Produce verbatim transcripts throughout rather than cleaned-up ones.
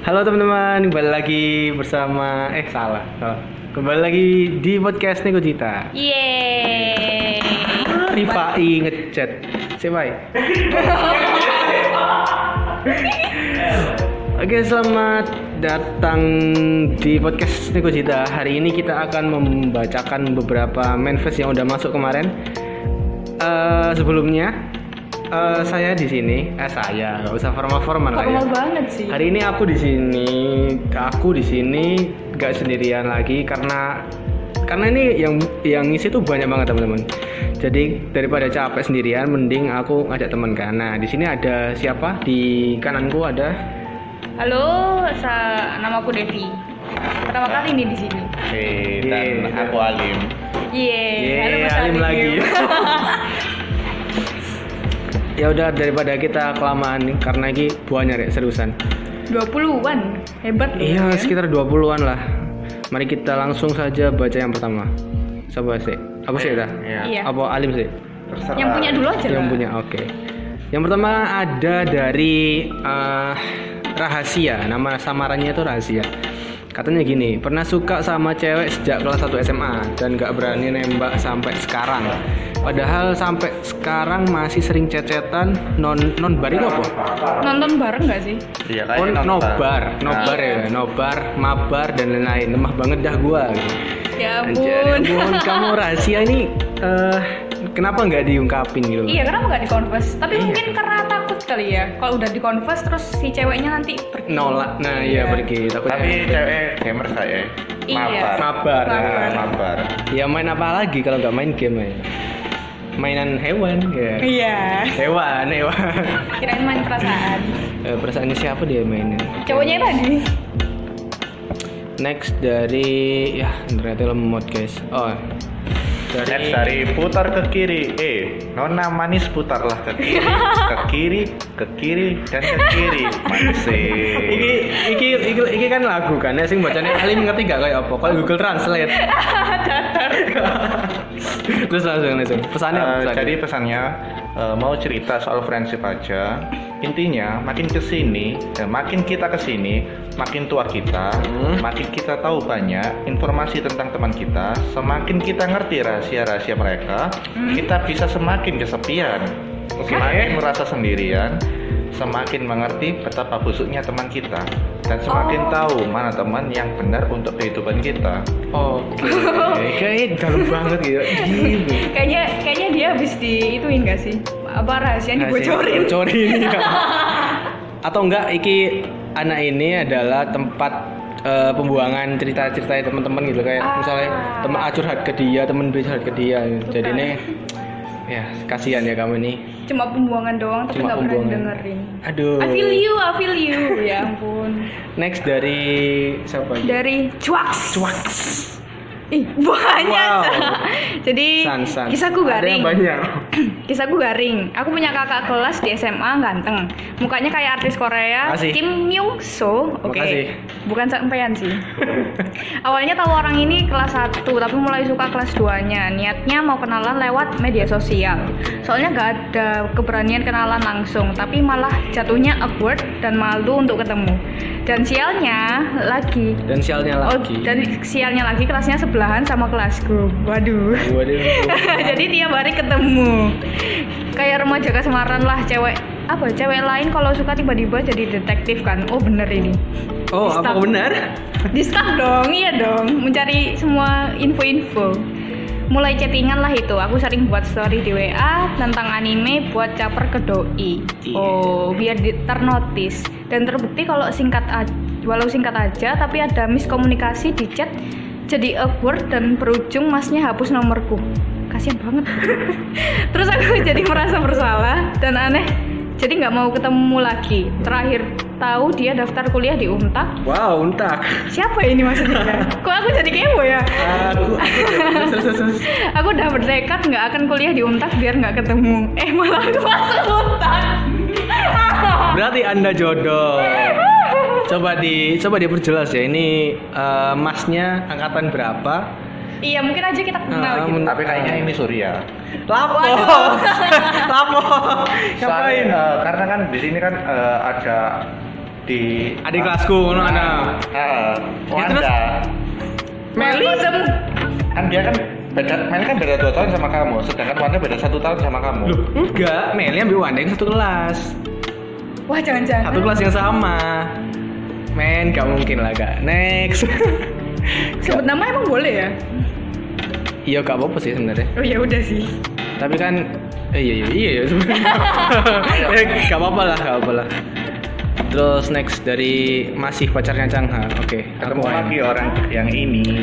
Halo teman-teman, kembali lagi bersama eh salah, salah. Kembali lagi di podcast Nego Cita. Yeay. Rifai ngechat. Siapa? Oke, selamat datang di podcast Nego Cita. Hari ini kita akan membacakan beberapa manifest yang udah masuk kemarin. Uh, sebelumnya Uh, saya di sini, eh saya nggak usah formal-formal lah ya. Formal banget sih. Hari ini aku di sini, aku di sini nggak sendirian lagi karena karena ini yang yang ngisi tuh banyak banget teman-teman. Jadi daripada capek sendirian, mending aku ngajak teman kan. Nah di sini ada siapa? Di kananku ada. Halo, sa- nama aku Devi. Pertama kali nih di sini. Hey, dan Yeah. aku Alim. Yeay. Halo Yeay, Mas Alim Alim. lagi. Ya udah daripada kita kelamaan nih karena ini buahnya Rek, seriusan. dua puluhan. Hebat loh. Iya, ya. sekitar dua puluhan lah. Mari kita langsung saja baca yang pertama. Coba sih. Aku sih dah. Iya. Apa Alim sih? Terserah. Yang punya dulu aja Yang lah. punya, oke. Yang pertama ada dari uh, Rahasia. Nama samarannya itu Rahasia. Katanya gini, pernah suka sama cewek sejak kelas satu S M A dan gak berani nembak sampai sekarang. Padahal sampai sekarang masih sering cecetan. Non non bar itu apa? Nonton bareng gak sih? Iya, Oh, kayak nobar, nobar Nah, ya, nobar, mabar dan lain-lain. Lemah banget dah gua. Gitu. Ya Anjir, ampun. ya ampun, kamu rahasia ini eh kenapa nggak diungkapin gitu? Iya, kenapa gak di-confess? Tapi Iya. mungkin karena takut kali ya. Kalau udah di-confess terus si ceweknya nanti pergi. Nolak, nah iya Iya. pergi. Takutnya. Tapi cewek gamer saya. Iya. Mabar. Mabar. Nah, Mabar. mabar. Ya main apa lagi kalau nggak main game ya? Mainan hewan, ya. Iya. Hewan, hewan. Kirain main perasaan. Eh, perasaannya siapa dia mainin? Cowoknya tadi. Next dari ya ternyata lemot guys. Oh Next dari dari putar ke kiri. Eh, nona manis putarlah ke kiri, ke kiri, ke kiri dan ke kiri. Manis sih. iki iki iki iki kan lagu kan ya sing bacanya Alim ngerti gak kayak apa? Kalau Google Translate. Terus langsung langsung. Pesannya apa? Eh, Pesannya? jadi pesannya eh, mau cerita soal friendship aja. Intinya makin kesini, eh, makin kita kesini, makin tua kita, Hmm. makin kita tahu banyak informasi tentang teman kita, semakin kita ngerti rahasia-rahasia mereka, kita bisa semakin kesepian, semakin merasa sendirian, semakin mengerti betapa busuknya teman kita, dan semakin Oh. tahu mana teman yang benar untuk kehidupan kita. Oke, kayaknya dalam banget gitu. Gini. Kayaknya kayaknya dia habis di-ituin gak sih? Apa rahasianya dibocorin? Bocorin. Ya. Atau enggak iki anak ini adalah tempat eh, pembuangan cerita-cerita teman-teman gitu kayak Ah. misalnya teman A curhat ke dia, teman B curhat ke dia gitu. Jadi Bukan. ini ya kasihan ya kamu nih. Cuma pembuangan doang tapi Cuma nggak pernah pembuangan. dengerin. Aduh. I feel you, I feel you. Ya ampun. Next dari siapa? Dari Cuaks. Cuaks. Ih, banyak. Wow. Jadi San, san. kisahku Ada yang garing. banyak. Kisahku garing. Aku punya kakak kelas di S M A ganteng. Mukanya kayak artis Korea, Makasih. Kim Myung Soo. Oke. Makasih. Bukan sampean sih. Awalnya tahu orang ini kelas satu, tapi mulai suka kelas dua-nya. Niatnya mau kenalan lewat media sosial. Soalnya gak ada keberanian kenalan langsung, tapi malah jatuhnya awkward dan malu untuk ketemu. Dan sialnya lagi Dan sialnya Oh, lagi. dan sialnya lagi kelasnya sebelahan sama kelasku. Waduh. Waduh. Jadi tiap hari ketemu. Kayak remaja kasemaran lah, cewek apa cewek lain kalau suka tiba-tiba jadi detektif kan. Oh bener ini. Oh, Di-stuck. apa benar? Di stuck dong, iya dong. Mencari semua info-info. Mulai chattingan lah itu. Aku sering buat story di W A tentang anime buat caper ke doi. Iya. Oh, biar di- ternotis. Dan terbukti kalau singkat aja, walau singkat aja, tapi ada miskomunikasi di chat, jadi awkward dan berujung masnya hapus nomorku. Kasian banget. Terus aku jadi merasa bersalah dan aneh. Jadi nggak mau ketemu lagi. Terakhir tahu dia daftar kuliah di Untak. Wow, untak. Siapa ini maksudnya? Kok aku jadi kepo ya? Aku, aku terus, terus. Aku udah bertekad nggak akan kuliah di Untak biar nggak ketemu. Eh malah aku masuk Untak. Berarti Anda jodoh. Coba di coba diperjelas ya. Ini eh, masnya angkatan berapa? Iya mungkin aja kita Ah, kenal gitu. men- Tapi kayaknya ini Surya. Lapo. Waduh. Lapo. Ngapain? Soalnya, eh, karena kan di sini kan eh, ada di Adik kelasku ngono ana. Ah, Wanda. terus? Meli Kan dia kan beda, Meli kan beda dua tahun sama kamu, sedangkan Wanda beda satu tahun sama kamu. Loh, enggak, Meli ambil Wanda yang satu kelas. Wah, jangan-jangan. Satu kelas yang sama. Men, gak mungkin lah, Kak. Next. Sebut nama emang boleh ya? Iya, gak apa-apa sih sebenarnya. Oh ya udah sih. Tapi kan eh, iya iya iya, iya sebenarnya. Eh, gak apa-apa lah, gak apa-apa lah. Terus next dari masih pacarnya Changha. Oke, Ketemu aku lagi orang yang ini.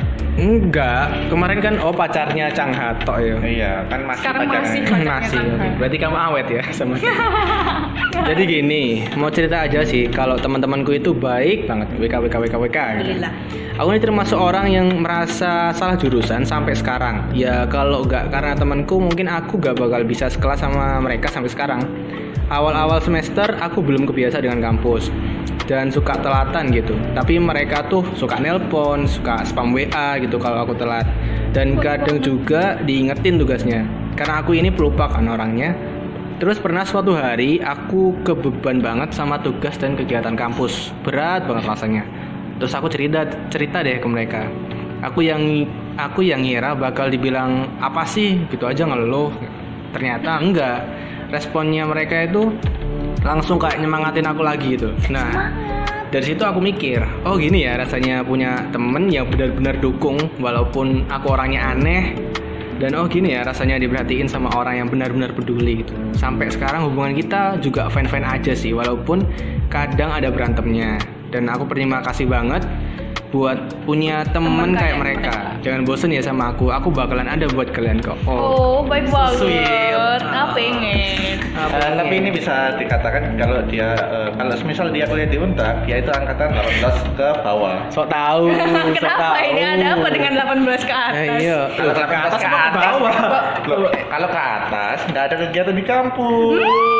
Enggak, kemarin kan oh pacarnya Changha tok ya. Iya, kan masih Sekarang pacaran. masih. Pacarnya Masih, Changha. oke. Berarti kamu awet ya sama dia. Jadi gini, mau cerita aja sih kalau teman-temanku itu baik banget, W K W K W K W K. Gitu. Alhamdulillah. Aku ini termasuk orang yang merasa salah jurusan sampai sekarang. Ya kalau nggak karena temanku mungkin aku gak bakal bisa sekelas sama mereka sampai sekarang. Awal-awal semester aku belum kebiasa dengan kampus dan suka telatan gitu. Tapi mereka tuh suka nelpon, suka spam W A gitu kalau aku telat. Dan kadang juga diingetin tugasnya. Karena aku ini pelupa kan orangnya. Terus pernah suatu hari aku kebeban banget sama tugas dan kegiatan kampus. Berat banget rasanya. Terus aku cerita cerita deh ke mereka. Aku yang aku yang ngira bakal dibilang apa sih gitu aja ngeluh. Ternyata enggak. Responnya mereka itu langsung kayak nyemangatin aku lagi gitu. Nah, dari situ aku mikir, oh gini ya rasanya punya temen yang benar-benar dukung walaupun aku orangnya aneh. Dan oh gini ya rasanya diperhatiin sama orang yang benar-benar peduli gitu. Sampai sekarang hubungan kita juga fine-fine aja sih, walaupun kadang ada berantemnya. Dan aku berterima kasih banget buat punya temen, Temen kayak kayak mereka. Jangan bosen ya sama aku, aku bakalan ada buat kalian kok. Oh, baik banget. sweet. Nah, pengen. Eh, tapi ini bisa dikatakan kalau dia eh, kalau semisal dia kuliah di Untak, dia itu angkatan delapan belas ke bawah. Sok tahu, sok Kenapa tahu. ini ada apa dengan delapan belas ke atas? Eh, iya, Kalau ke delapan belas atas ke apa ke atas, bawah? Loh, kalau ke atas nggak ada kegiatan di kampus.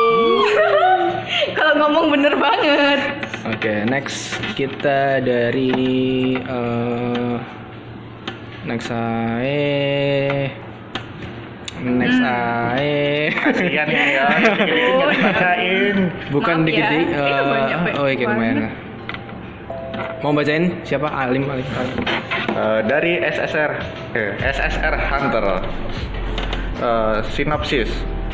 Kalau ngomong bener banget. Oke, next kita dari eh next ae next ae Kasihan ya, nggak dibacain. bukan Maaf ya, dikit ini banyak, Pak. oh iya lumayan. Mau bacain siapa? Alim Alim. Alim. Eh, dari S S R, eh, S S R Hunter, Eh, sinopsis.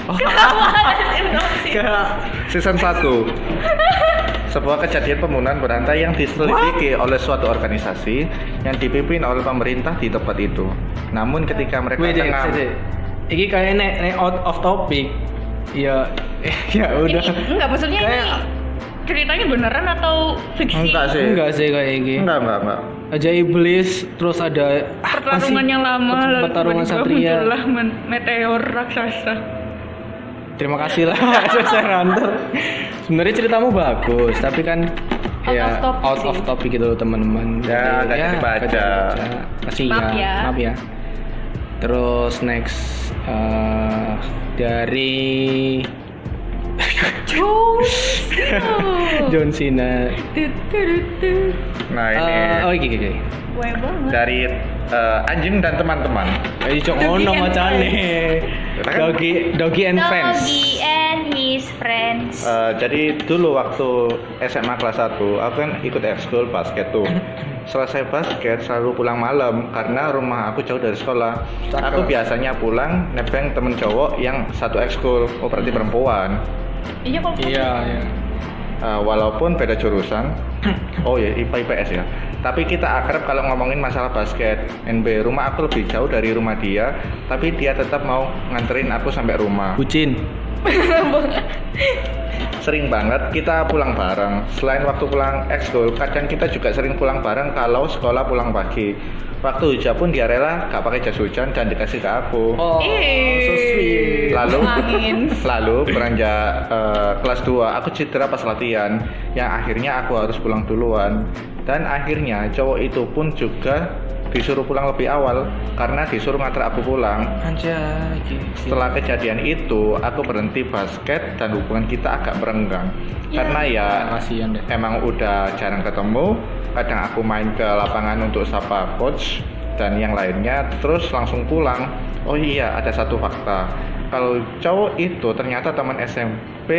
Season satu. Sebuah kejadian pembunuhan berantai yang diselidiki oleh suatu organisasi yang dipimpin oleh pemerintah di tempat itu. Namun ketika mereka Wait, tengah wait, wait. Iki kayaknya nek nek out of topic. Ya, eh, ya udah. Ini, enggak maksudnya Kayak- ini ceritanya beneran atau fiksi? Enggak sih. Enggak sih kayak gini. Enggak, enggak, enggak. Aja iblis terus ada apa Pertarungan sih? yang lama lalu Pertarungan tiba-tiba satria. muncullah men- meteor raksasa. Terima kasih lah saya Hunter. Sebenarnya ceritamu bagus, tapi kan Out ya of topic out sih. of topic gitu loh teman-teman. Ya, nggak jadi baca. nggak jadi baca. Kasih Maaf ya, ya. maaf ya. Terus next eh, dari John Cena. Nah, ini Eh, oh iki iki. iki. Gue banget. dari eh, anjing dan teman-teman. Ayo cok Doggy ngono and macane. Doggy Doggy and Friends. Doggy and his friends. Eh, jadi dulu waktu S M A kelas satu, aku kan ikut ekskul basket tuh. Selesai basket selalu pulang malam karena rumah aku jauh dari sekolah. Cakep. Aku biasanya pulang nebeng temen cowok yang satu ekskul, oh berarti perempuan. Iya kok. Iya, iya. Eh, walaupun beda jurusan. Oh ya, I P A I P S ya. Tapi kita akrab kalau ngomongin masalah basket. N B, rumah aku lebih jauh dari rumah dia, tapi dia tetap mau nganterin aku sampai rumah. Bucin. Sering banget kita pulang bareng. Selain waktu pulang ekskul, kadang kita juga sering pulang bareng kalau sekolah pulang pagi. Waktu hujan pun dia rela gak pakai jas hujan dan dikasih ke aku. Oh, Ih. so sweet. Lalu, Angin. lalu beranjak eh, kelas dua, aku cedera pas latihan, yang akhirnya aku harus pulang duluan. Dan akhirnya cowok itu pun juga disuruh pulang lebih awal karena disuruh nganter aku pulang. Anjay. Setelah kejadian itu, aku berhenti basket dan hubungan kita agak merenggang. Ya. Karena ya Kasihan deh. emang udah jarang ketemu. Kadang aku main ke lapangan untuk sapa coach dan yang lainnya, terus langsung pulang. Oh iya, ada satu fakta. Kalau cowok itu ternyata teman S M P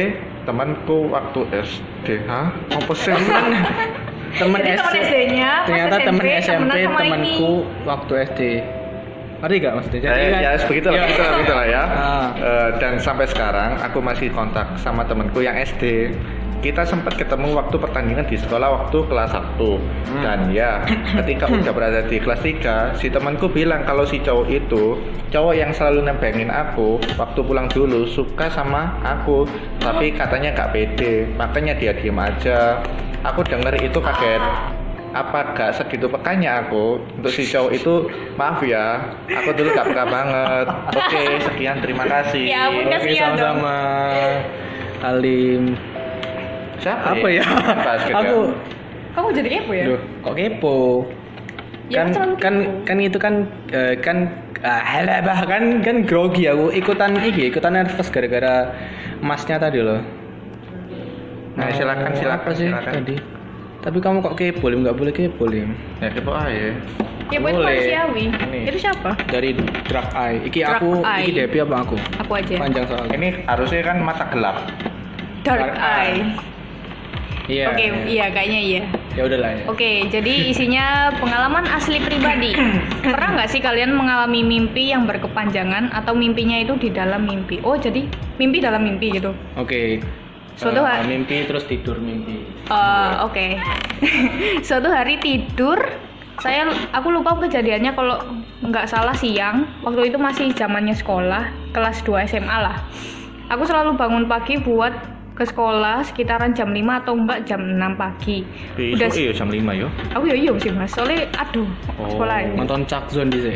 temanku waktu S D. Hah? Apa sih? Temen Jadi teman S D. S D-nya pas Ternyata S M P, temen S M P temenan sama temanku ini. waktu S D. Ngerti gak maksudnya? Jadi Eh, kan- ya begitulah, Iya. begitulah, begitulah ya. Ah. Eh, dan sampai sekarang aku masih kontak sama temanku yang S D. Kita sempat ketemu waktu pertandingan di sekolah waktu kelas satu. Hmm. Dan ya, ketika udah berada di kelas tiga, si temanku bilang kalau si cowok itu, cowok yang selalu nembengin aku waktu pulang dulu suka sama aku, tapi katanya gak pede, makanya dia diem aja. Aku denger itu kaget. Apa gak segitu pekanya aku untuk si cowok itu? Maaf ya, aku dulu gak peka banget. Oke, sekian, terima kasih. Ya ampun, Oke, kasihan dong. sama-sama. Alim. Siapa Apa ya? Basket ya? Aku Kamu jadi kepo ya? Duh, kok kepo? Ya, kan aku selalu kan kepo. kan itu kan eh, kan ah, halah, bahkan kan grogi aku ikutan iki, ikutan nervous gara-gara emasnya tadi loh. Nah, silakan, Mau silakan, apa sih silakan. tadi? Tapi kamu kok kepo, Lim? Nggak boleh kepo, Lim. Ya kepo aja. Kepo itu Boleh. manusiawi. Ini. Itu siapa? Dari Drag Eye. Iki Drag aku, Eye. iki Depi apa aku? Aku aja. Panjang soalnya. Ini harusnya kan mata gelap. Dark Dark Eye. Iya. Oke, iya kayaknya iya. Ya udahlah ya. Oke, jadi isinya pengalaman asli pribadi. Pernah nggak sih kalian mengalami mimpi yang berkepanjangan atau mimpinya itu di dalam mimpi? Oh, jadi mimpi dalam mimpi gitu. Oke. Suatu Eh, hari- mimpi terus tidur mimpi. Eh, Oke. Suatu hari tidur, saya aku lupa kejadiannya kalau nggak salah siang. Waktu itu masih zamannya sekolah, kelas dua S M A lah. Aku selalu bangun pagi buat ke sekolah sekitaran jam lima atau enggak jam enam pagi. Udah iya jam lima yo. aku ya iya sih Mas, soalnya aduh sekolah ya. Nonton Chuck Zone di sini.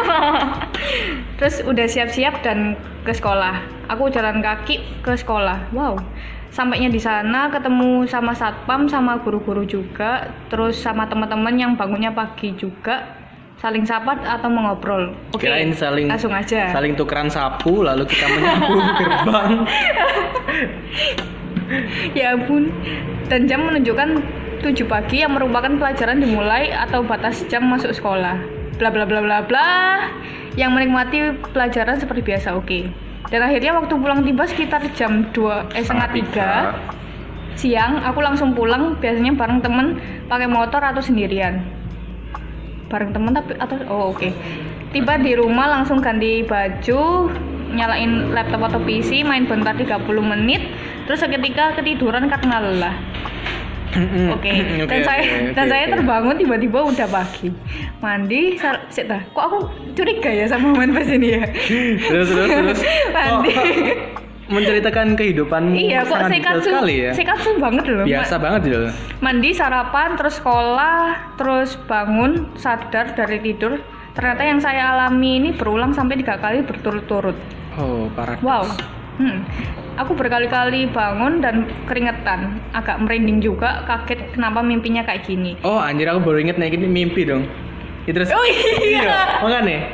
Terus udah siap-siap dan ke sekolah. Aku jalan kaki ke sekolah. Wow. Sampainya di sana ketemu sama satpam, sama guru-guru juga, terus sama teman-teman yang bangunnya pagi juga, saling sapa atau mengobrol. Oke. Kirain saling langsung aja. Saling tukeran sapu lalu kita menyapu gerbang. Ya ampun. Dan jam menunjukkan tujuh pagi yang merupakan pelajaran dimulai atau batas jam masuk sekolah. Bla bla bla bla bla. Yang menikmati pelajaran seperti biasa, oke. Dan akhirnya waktu pulang tiba sekitar jam dua eh setengah tiga siang, aku langsung pulang biasanya bareng temen pakai motor atau sendirian. Bareng temen tapi atau oh oke. Tiba di rumah langsung ganti baju, nyalain laptop atau P C, main bentar tiga puluh menit, terus seketika ketiduran karena lelah. Oke, dan saya dan saya terbangun tiba-tiba udah pagi. Mandi, sar- sik dah. Kok aku curiga ya sama momen pas ini ya? Terus terus terus. Mandi. Kok menceritakan kehidupanmu Iya, kok sangat detail sekatsu sekali ya. sekatsu banget loh. Biasa banget ya. Ma- Mandi, sarapan, terus sekolah, terus bangun, sadar dari tidur. Ternyata yang saya alami ini berulang sampai tiga kali berturut-turut. Oh, paradoks. Wow. Hmm. Aku berkali-kali bangun dan keringetan, agak merinding juga, kaget kenapa mimpinya kayak gini. Oh, anjir aku baru inget naik ini mimpi dong. Ya, terus Oh iya. makanya.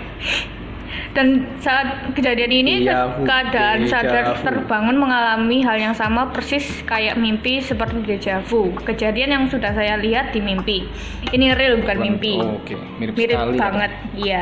Dan saat kejadian ini Iya, Bu. keadaan Deja sadar vu. terbangun mengalami hal yang sama persis kayak mimpi seperti deja vu. Kejadian yang sudah saya lihat di mimpi. Ini real bukan mimpi. Oh, oke. Mirip, Mirip sekali. banget, iya.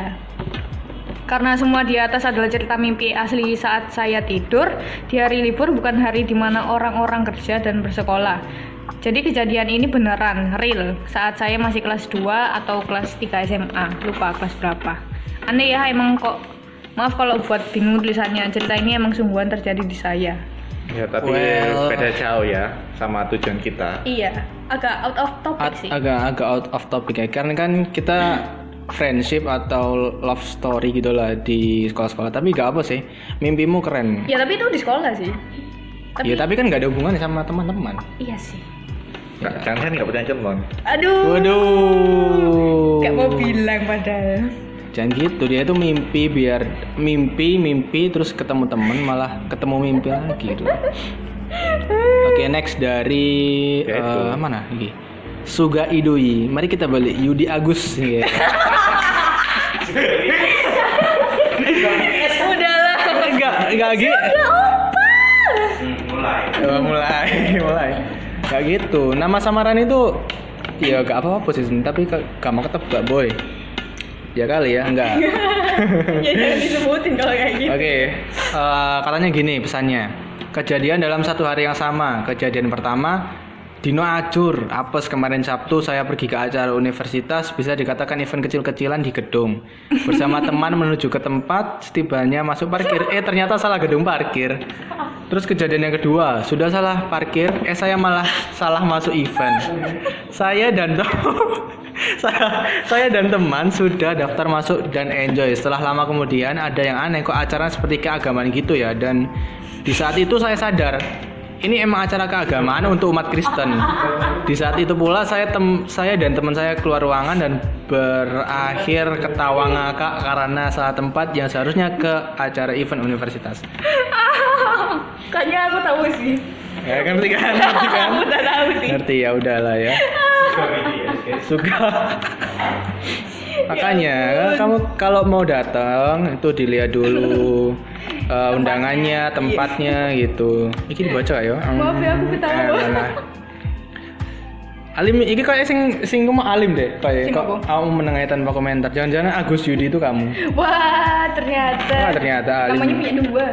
Karena semua di atas adalah cerita mimpi asli saat saya tidur di hari libur, bukan hari dimana orang-orang kerja dan bersekolah. Jadi kejadian ini beneran, real, saat saya masih kelas dua atau kelas tiga S M A, lupa kelas berapa. Aneh ya emang kok, maaf kalau buat bingung tulisannya, cerita ini emang sungguhan terjadi di saya. Ya tapi Well. beda jauh ya sama tujuan kita. Iya, agak out of topic Ag- sih. agak agak out of topic ya. Karena kan kita friendship atau love story gitu lah di sekolah-sekolah. Tapi gak apa sih, mimpimu keren. Ya tapi itu di sekolah sih. Tapi, Ya tapi kan gak ada hubungannya sama teman-teman. iya sih. Nggak, jangan kan nggak punya teman. Aduh. Waduh. Gak mau bilang padahal. Jangan gitu, dia itu mimpi biar mimpi mimpi terus ketemu temen malah ketemu mimpi lagi gitu. Oke, next dari Ya, itu. eh, mana lagi? Suga Idoi. Mari kita balik Yudi Agus ya. Udahlah. Enggak, enggak gitu. Mulai. Oh, mulai, mulai. Gak gitu. Nama samaran itu ya gak apa-apa sih, tapi gak, gak mau ketebak boy. Ya kali ya, enggak. Ya jangan disebutin kalau kayak gitu. Oke, eh, katanya gini pesannya. kejadian dalam satu hari yang sama. Kejadian pertama, Dino Ajur, apes kemarin Sabtu saya pergi ke acara universitas, bisa dikatakan event kecil-kecilan di gedung. Bersama teman menuju ke tempat, setibanya masuk parkir, eh ternyata salah gedung parkir. Terus kejadian yang kedua, sudah salah parkir, eh saya malah salah masuk event. Saya dan saya, saya dan teman sudah daftar masuk dan enjoy. Setelah lama kemudian ada yang aneh, kok acara seperti keagamaan gitu ya. Dan di saat itu saya sadar, ini emang acara keagamaan untuk umat Kristen. Di saat itu pula saya tem saya dan teman saya keluar ruangan dan berakhir ketawa ngakak karena salah tempat yang seharusnya ke acara event universitas. Kayaknya aku tahu sih. Ya kan ngerti kan? Ngerti kan? Aku udah tahu sih. Ngerti ya udahlah ya. Suka. Makanya kamu kalau mau datang itu dilihat dulu uh, undangannya, tempatnya gitu. Iki dibaca ya. Maaf ya aku ketawa. Eh, Alim, iki kayak sing sing kamu Alim deh, kayak kok kamu menengahi tanpa komentar. Jangan-jangan Agus Yudi itu kamu. Wah, ternyata. Wah, ternyata Alim. Namanya punya dua.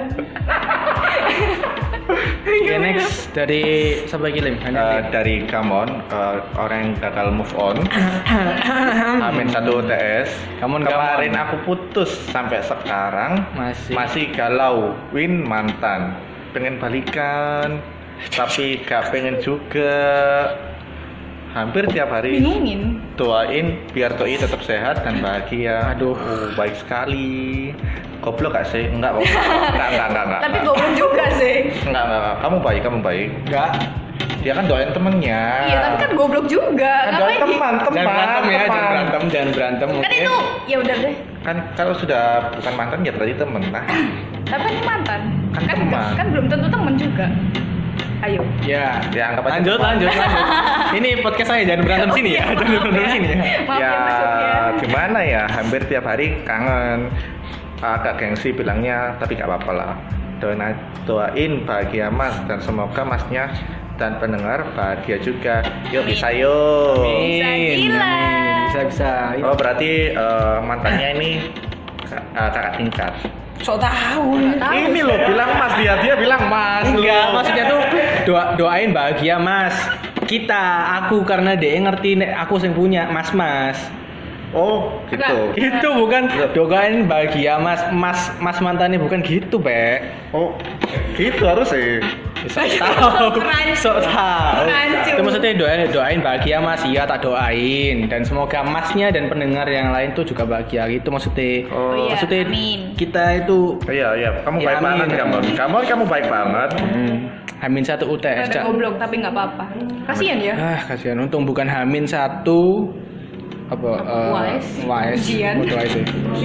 Oke, next dari siapa lagi Lim? Uh, dari Kamon, uh, orang yang gagal move on. Amin satu U T S. Kamon, Kemarin Kamon. aku putus sampai sekarang Masih. masih galau. Win mantan, pengen balikan, tapi gak pengen juga. Hampir tiap hari Bingungin. doain biar Toi tetap sehat dan bahagia. Aduh, oh, baik sekali. Goblok gak sih? Enggak, enggak, enggak, enggak, enggak, enggak. Tapi goblok juga sih. Enggak, enggak, enggak. Kamu baik, kamu baik. enggak. Dia kan doain temennya. Iya, tapi kan goblok juga. Kan doain Ngapain di- teman, teman, Jangan berantem ya, teman. jangan berantem, jangan berantem. Kan oke? itu, ya udah deh. Kan kalau sudah bukan mantan ya berarti temen lah. Tapi kan ini mantan. Kan Kan, teman. kan belum tentu teman juga. Ayo. Ya, Ya anggap aja lanjut, teman. lanjut, lanjut. Ini podcast saya, jangan berantem sini ya, jangan berantem sini ya. Maaf ya, Ya maksudnya. gimana ya, hampir tiap hari kangen. Agak gengsi bilangnya, tapi gak apa-apa lah. Doain, doain bahagia mas dan semoga masnya dan pendengar bahagia juga. Yuk bisa yuk. Bisa gila. amin. Bisa, bisa. Oh berarti eh, mantannya ini eh, kakak tingkat. Sok tahu. Tahu Ini sih. loh bilang mas, dia dia bilang mas. Enggak, loh. maksudnya tuh doa doain bahagia mas. Kita, aku karena dia ngerti nek aku yang punya mas-mas. Oh gitu. Gitu bukan doain bahagia mas, mas mas mantannya bukan gitu, Be. Oh gitu harus sih. Sok tahu. Rancu. Sok tahu. Rancu. Itu maksudnya doain doain bahagia mas, iya tak doain dan semoga masnya dan pendengar yang lain tuh juga bahagia gitu maksudnya. Oh, iya. Maksudnya amin. kita itu Iya iya, kamu Ya, baik amin. banget kamu. Kamu kamu baik banget. hmm, Hamin satu U T S. Ada Cak. goblok tapi nggak apa-apa. Kasihan ya. Ah, kasihan. Untung bukan Hamin satu apa eh, U A S. U A S. Ujian. Udah U A S.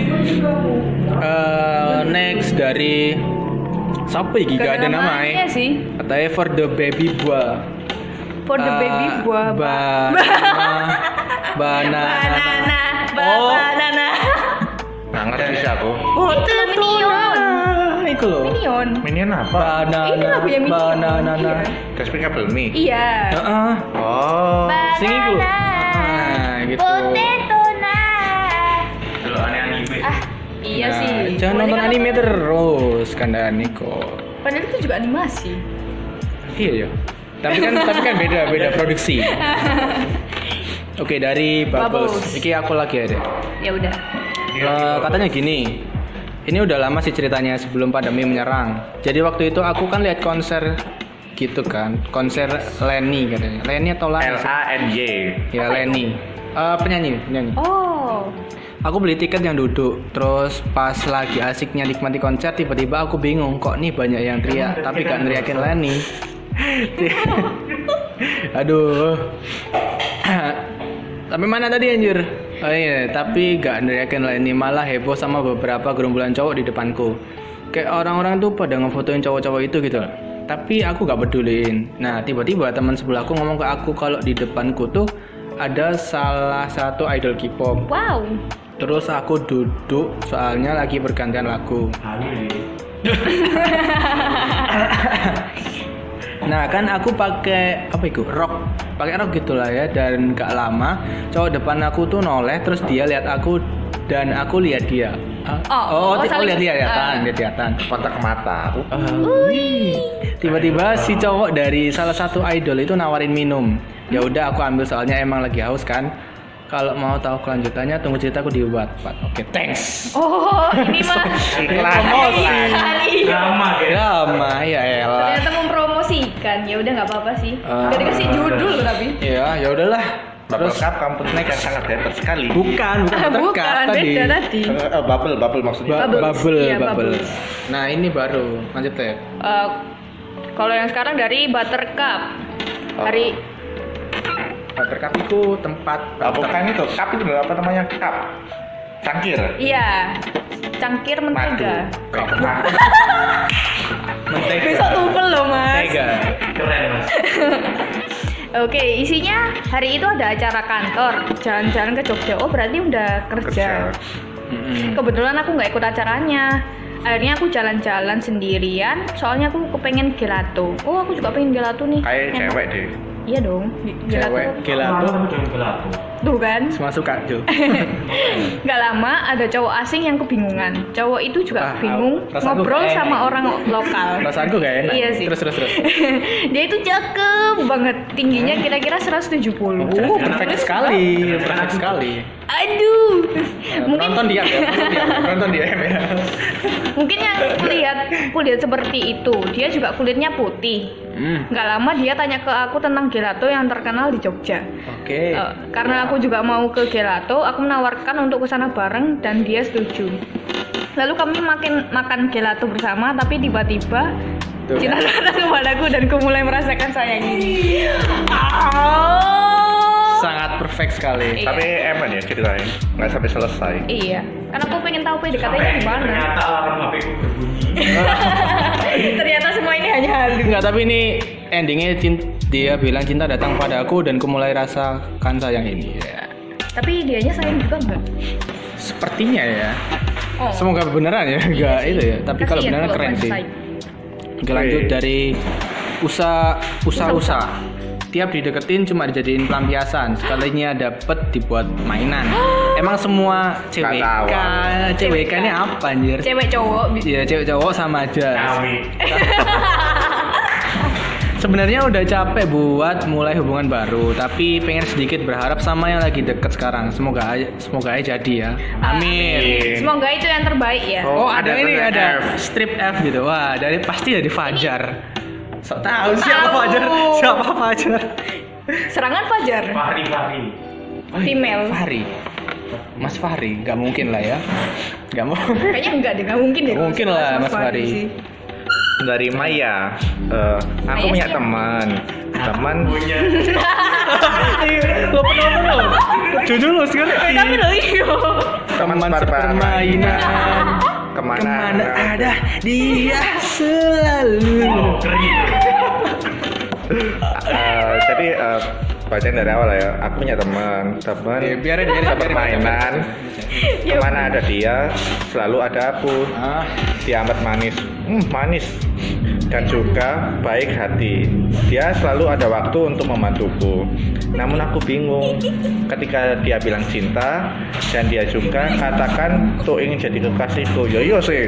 Eh, next dari siapa iki? Gak ada nama namanya eh. sih. Katanya for the baby boy. For the Eh, baby buah. Banana. Banana. Banana. Oh. Banana. Nggak ngerti sih aku. Oh, itu Minion. Ah, itu loh. Minion. Minion apa? Banana. Ini lagunya Minion. Banana. Despicable Me. Iya. Heeh. Oh. Sing iku. Ah, gitu. Potato nah. Dulu aneh-aneh. Ah, iya Nah, sih. jangan nonton Soalnya kan anime aku- terus kandani kok. Padahal itu juga animasi. Iya ya. Tapi kan tapi kan beda beda produksi. Oke, dari Bubbles. Bubbles. Iki aku lagi ada. Ya udah. Eh, katanya gini. Ini udah lama sih ceritanya sebelum pandemi menyerang. Jadi waktu itu aku kan lihat konser gitu kan. Konser Lenny katanya. Lenny atau Lani? L A N Y. Ya Lenny. Eh, penyanyi, penyanyi. Oh. Aku beli tiket yang duduk, terus pas lagi asiknya nikmati konser, tiba-tiba aku bingung kok nih banyak yang teriak, tapi gak neriakin Lenny. Aduh. Tapi mana tadi anjir? Oh iya, tapi gak neriakin Lenny, malah heboh sama beberapa gerombolan cowok di depanku. Kayak orang-orang tuh pada ngefotoin cowok-cowok itu gitu. Tapi aku gak peduliin. Nah, tiba-tiba teman sebelahku ngomong ke aku kalau di depanku tuh ada salah satu idol K-pop. Wow. Terus aku duduk soalnya lagi bergantian lagu. Nah kan aku pakai apa itu rock, pakai rock gitulah ya. Dan gak lama cowok depan aku tuh noleh, terus dia lihat aku dan aku lihat dia. Oh, oh, oh, ti- oh saling- lihat-lihatan, ah. lihat-lihatan. Kontak mata. Oh, wih. Tiba-tiba si cowok dari salah satu idol itu nawarin minum. Ya udah aku ambil soalnya emang lagi haus kan. Kalau mau tahu kelanjutannya tunggu ceritaku di Wattpad. Oke, thanks. Oh, ini mah Iklan. Promosi. Iya. Drama guys. Drama ya elah. Ternyata mempromosikan. Ya udah nggak apa-apa sih. Ah. Gak dikasih judul tapi. Ya, ya udahlah. Bubble Terus cup kampus next yang sangat better sekali. bukan, bukan Ah, terkat bukan, tadi. beda tadi. Eh, eh, bubble, bubble maksudnya. Ba- Bubbles. bubble, Iya, bubble. bubbles. Nah, ini baru. Lanjut ya. Eh, kalau yang sekarang dari Buttercup. Oh. Dari Buttercup itu tempat Ah, bukan itu, cup itu apa namanya? Cup. Cangkir. iya, cangkir mentega. Madu. mentega. Besok tumpel loh, Mas. Mentega. Keren mas. Oke, isinya hari itu ada acara kantor, jalan-jalan ke Jogja. Oh, berarti udah kerja. Kerja. Mm-mm. Kebetulan aku nggak ikut acaranya. Akhirnya aku jalan-jalan sendirian. Soalnya aku kepengen gelato. Oh, aku juga pengen gelato nih. Kayak Enak. cewek deh. Iya dong, gelato. Cewek gelato Malam jangan gelato. Tuh kan. semua suka Jo. Nggak lama ada cowok asing yang kebingungan. Cowok itu juga Ah, bingung perasaanku ngobrol gak enak. sama orang lokal. Perasaanku gak enak. Iya sih. Terus terus terus. Dia itu cakep banget. Tingginya kira-kira seratus tujuh puluh. Oh, perfect sekali, perfect sekali. Aduh. Ya, Mungkin penonton dia ya, penonton dia ya. mungkin yang kulihat kulit seperti itu. Dia juga kulitnya putih. Hmm, Nggak lama dia tanya ke aku tentang gelato yang terkenal di Jogja. oke. Eh, karena aku juga mau ke gelato, aku menawarkan untuk kesana bareng dan dia setuju. Lalu kami makin makan gelato bersama, tapi tiba-tiba Tuh, cinta kan? datang kepadaku dan ku mulai merasakan sayang ini. Oh. Sangat perfect sekali. Iya. Tapi emang ya ceritanya nggak sampai selesai. Iya, karena aku pengen tahu P D K T-nya Sampai gimana. ternyata alarm H P ku berbunyi. Ternyata semua ini hanya halu. Enggak, tapi ini endingnya cin- dia bilang cinta datang padaku dan ku mulai rasakan sayang ini. Ya. Tapi dianya sayang juga enggak? Sepertinya ya. Oh. Semoga beneran ya, enggak Iya itu sih. ya. Tapi kalau Kasian beneran kalau keren one sih. side. Oke, lanjut Oke. dari usaha usaha-usaha. Tiap dideketin cuma dijadiin pelampiasan. Sekalinya dapet dibuat mainan. Emang semua C W K, tahu. C W K ini apa anjir? Cewek cowok bi- Iya, cewek cowok sama aja. Cawi. Sebenarnya udah capek buat mulai hubungan baru, tapi pengen sedikit berharap sama yang lagi deket sekarang. Semoga aja, semoga aja jadi ya. Amin. Semoga itu yang terbaik ya. Oh, Oh, ada, ada ini tulisan ada F. strip F gitu. Wah, dari pasti dari Fajar. Sok tahu siapa Tahu. Fajar? Siapa Fajar? Serangan Fajar. Fahri Fahri. Female. Fahri. Mas Fahri, nggak mungkin lah ya. Nggak mau. Kayaknya enggak deh, enggak mungkin deh. Nggak mungkin lah, Mas Fahri. sih. Dari Maya, eh, aku Maya punya siapa? teman, teman Punya. Lo penonton lo. Jujur lo sekali. Tapi loh iya. teman Teman sepermainan. permainan. Kemana? Kemana ada dia selalu. Oh, keren. Eh, jadi eh, bacain dari awal ya. Aku punya teman, teman Ya, biarin, biarin, sepermainan. Ya Kemana ada dia, selalu ada aku. Ah, Dia amat manis, hmm, manis, dan juga baik hati. Dia selalu ada waktu untuk membantuku. Namun aku bingung ketika dia bilang cinta dan dia juga katakan tuh ingin jadi kekasihku. Yo yo sih.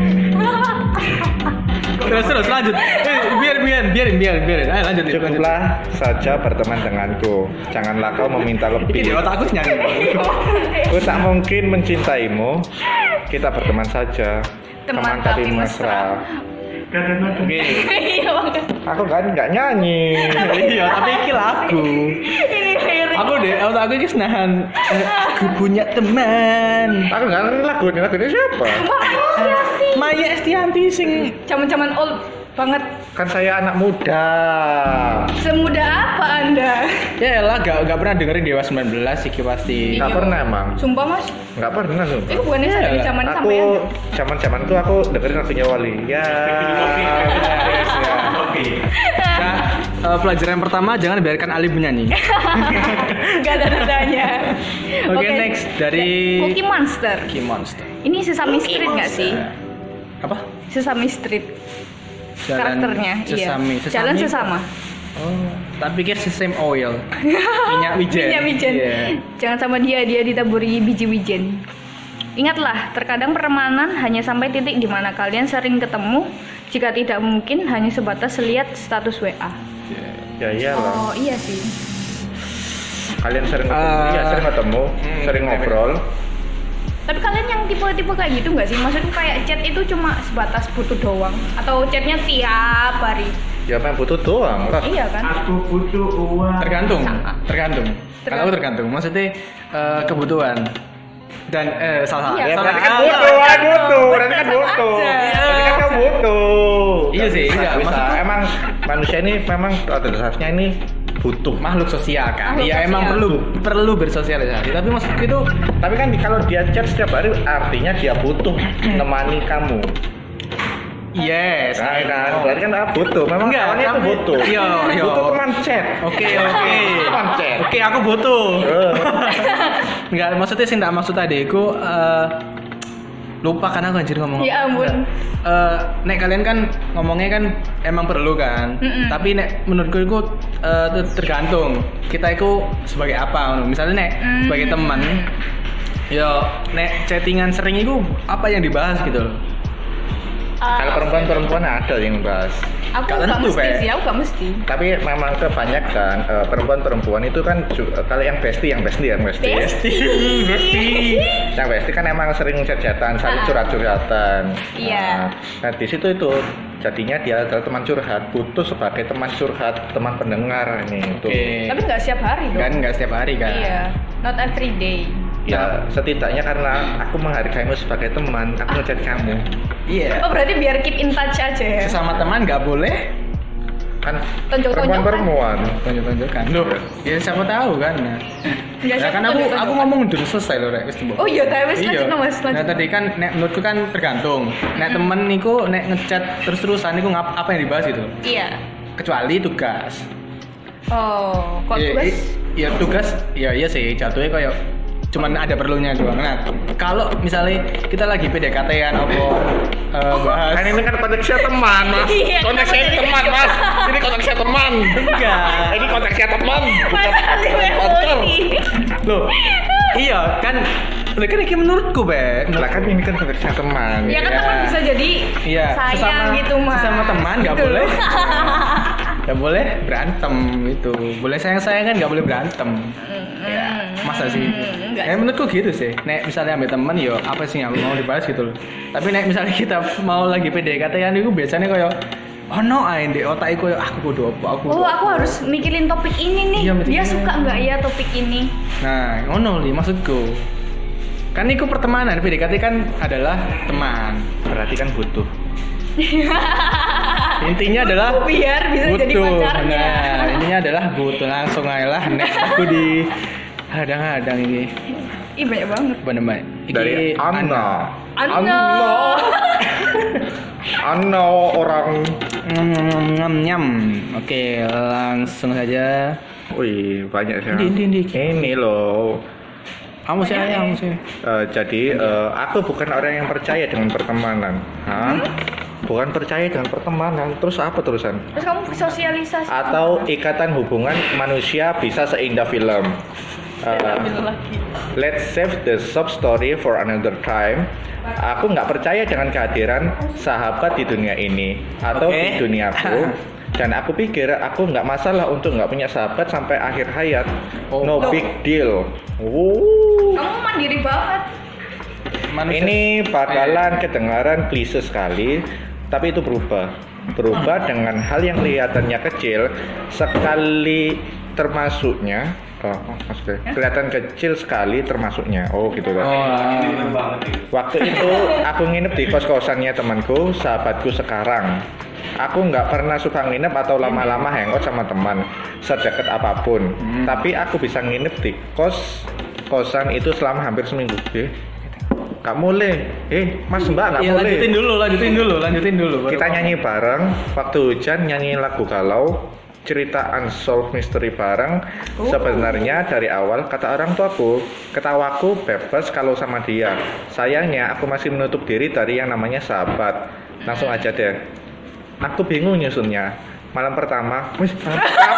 terus terus lanjut. Eh, biar biar biarin biarin biarin. Ayo lanjut. lanjut. Cukuplah saja berteman denganku. Janganlah kau meminta Ini di lebih. otakku nyari. Aku tak mungkin mencintaimu. Kita berteman saja. Teman tapi mesra. Kadang-kadang. Oke. Iya banget. Aku kan nggak nyanyi. Iya, tapi iki lagu. Ini lirik. Aku deh, otak aku iki nahan. Eh, aku punya teman. Aku nggak ngerti lagu ini. Lagu ini siapa? Maya Estianti sing Caman-caman old banget. Kan saya anak muda. Semudah apa Anda? ya elah gak, gak pernah dengerin Dewa sembilan belas iki pasti. Nggak pernah emang. Sumpah Mas, Nggak pernah sumpah. itu bukannya Iya, dari zaman Aku sampean. zaman zamanku aku dengerin lagunya Wali. Ya. Yes, ya. Oke. Nah, eh, pelajaran yang pertama jangan biarkan Ali menyanyi. Gak ada nadanya. Oke, next dari Cookie Monster. Cookie Monster. Ini Sesame Street nggak sih? Apa? Sesame Street Jalan karakternya. Sesame. Iya. Jalan sesama. Oh, tak pikir sesame oil. Minyak wijen. Minyak wijen. Iya. Jangan sama dia, dia ditaburi biji wijen. Ingatlah, terkadang pertemanan hanya sampai titik di mana kalian sering ketemu, jika tidak mungkin hanya sebatas lihat status W A. Ya iyalah. Oh iya sih. Kalian sering ketemu, Uh, iya sering ketemu, hmm, sering ngobrol. Tapi kalian yang tipe-tipe kayak gitu nggak sih? Maksudnya kayak chat itu cuma sebatas butuh doang, atau chatnya tiap hari? Ya apa yang butuh doang lah. Iya kan? Aku butuh uang. Tergantung, Sama. tergantung. Kalau aku tergantung, maksudnya eh, kebutuhan dan eh salah. Iya, Ya Salah. berarti kan Ah, butuh, iya. kan butuh, berarti kan butuh. Aja. Berarti kan kamu butuh. Iya sih, Bisa, iya, bisa. maksudku- Emang manusia ini memang pada dasarnya ini butuh. Makhluk sosial kan. Makhluk Iya sosial. emang perlu perlu bersosialisasi. Tapi maksudku itu Tapi kan kalau dia chat setiap hari artinya dia butuh menemani kamu. yes. Nah, kan, berarti kan ah, butuh. Memang Enggak, kawannya itu tapi- butuh. iya, iya. Butuh teman chat. Oke, oke. Teman chat. Oke, aku butuh. Eh. Enggak, maksudnya sih enggak maksud tadi aku eh, lupa kan aku anjir ngomong. Ya ampun. Eh, nek kalian kan ngomongnya kan emang perlu kan. Mm-mm. Tapi nek menurutku itu eh, ter- tergantung kita itu sebagai apa. Misalnya nek Mm. sebagai teman, yo nek chattingan sering itu apa yang dibahas gitu loh. Ah, Kalau perempuan-perempuan ada yang bahas. aku Gak nggak tentu, mesti Be. sih, aku nggak mesti. Tapi memang kebanyakan eh, perempuan-perempuan itu kan ju- eh, kalau yang bestie, yang bestie, yang bestie. Bestie. Bestie. Yang bestie kan emang sering chat-chatan, saling Ah. curhat-curhatan. Iya. Nah, nah, di situ itu jadinya dia adalah teman curhat, butuh sebagai teman curhat, teman pendengar ini itu. Oke. Tapi nggak setiap hari dong. Kan nggak setiap hari kan. Iya, not every day. Ya setidaknya karena aku menghargaimu sebagai teman, aku ngechat kamu. Iya. Oh berarti biar keep in touch aja ya? Sesama teman nggak boleh Kan Tonjok-tonjokan. perempuan-perempuan. tonjok-tonjokan. Loh, ya siapa tahu kan. Nah, Nggak, nah siapa kan aku tonjok-tonjokan. aku ngomong udah selesai loh, Rek. Wis tembok. Oh iya, tapi wis Iya. lanjut mas, Nah lanjut. tadi kan nek menurutku kan tergantung. Nek temen niku nek ngechat terus-terusan niku ngap apa yang dibahas itu? Iya. Kecuali tugas. Oh, kok Iya, tugas? i- Iya tugas, ya iya sih jatuhnya kayak cuman ada perlunya doang. Nah, kalau misalnya kita lagi P D K T-an apa eh, bahas Kan ini kan konteksnya teman, Mas. Iya, Konteksnya kenapa teman, jadi- Mas. Ini konteksnya teman. enggak. Ini konteksnya teman, bukan Mana sih pacar. emosi? Loh, iya kan. Lah kan ini menurutku, Be. Lah kan ini kan konteksnya teman. Ya kan Iya. teman bisa jadi Iya, sayang sesama- gitu mas. sesama teman nggak Gitu. boleh. Nggak boleh berantem itu. Boleh sayang-sayangan nggak boleh berantem. Ya, masa sih? Mm, enggak Ya menurutku gitu sih. Nek misalnya ambil temen yo apa sih yang mau dibahas gitu loh. Tapi nek misalnya kita mau lagi P D K T-an itu biasanya kayak oh no ae ndek otak iku kayak, aku kudu apa aku. Oh kudu aku apa." harus mikirin topik ini nih. Iya, mikirin Dia ini. suka nggak ya topik ini? Nah, ngono li maksudku. Kan itu pertemanan, P D K T kan adalah teman. Berarti kan butuh. Intinya adalah Biar bisa jadi butuh. pacarnya. Nah, intinya adalah butuh langsung aja lah. Next aku di hadang-hadang ini. Ih banyak banget. Bener-bener. Iki Dari Anna. Anna. Anna orang. Nyam, nyam, nyam, nyam. Oke, langsung saja. Wih, banyak sih. Di, di, di. Ini loh. Kamu sih, Banyak, kamu ya. sih. Eh, jadi eh, aku bukan orang yang percaya dengan pertemanan. Hah? Bukan percaya dengan pertemanan. Terus apa terusan? Terus kamu bersosialisasi. Atau ikatan hubungan manusia bisa seindah film. Eh, Ambil lagi. Let's save the sub story for another time. Aku nggak percaya dengan kehadiran sahabat di dunia ini atau Oke. di duniaku. Dan aku pikir aku nggak masalah untuk nggak punya sahabat sampai akhir hayat. Oh. No Loh. big deal. Wuh. Kamu mandiri banget. Manusia- Ini bakalan kedengaran klise sekali, tapi itu berubah. Berubah dengan hal yang kelihatannya kecil, sekali termasuknya. Oh, maksudnya kelihatan kecil sekali termasuknya. Oh, gitu kan. Oh, ah. Waktu itu aku nginep di kos-kosannya temanku, sahabatku sekarang. Aku nggak pernah suka nginep atau lama-lama hangout sama teman, sedekat apapun. Hmm. Tapi aku bisa nginep di kos kosan itu selama hampir seminggu. Eh, nggak boleh. Eh, Mas Mbak nggak Iya, boleh. lanjutin dulu, lanjutin dulu, lanjutin dulu. Baru Kita kamu. nyanyi bareng. Waktu hujan nyanyi lagu galau. Cerita unsolved mystery bareng. Oh. Sebenarnya dari awal kata orang tuaku, ketawaku bebas kalau sama dia. Sayangnya aku masih menutup diri dari yang namanya sahabat. Langsung aja deh. Aku bingung nyusunnya. Malam pertama, wih,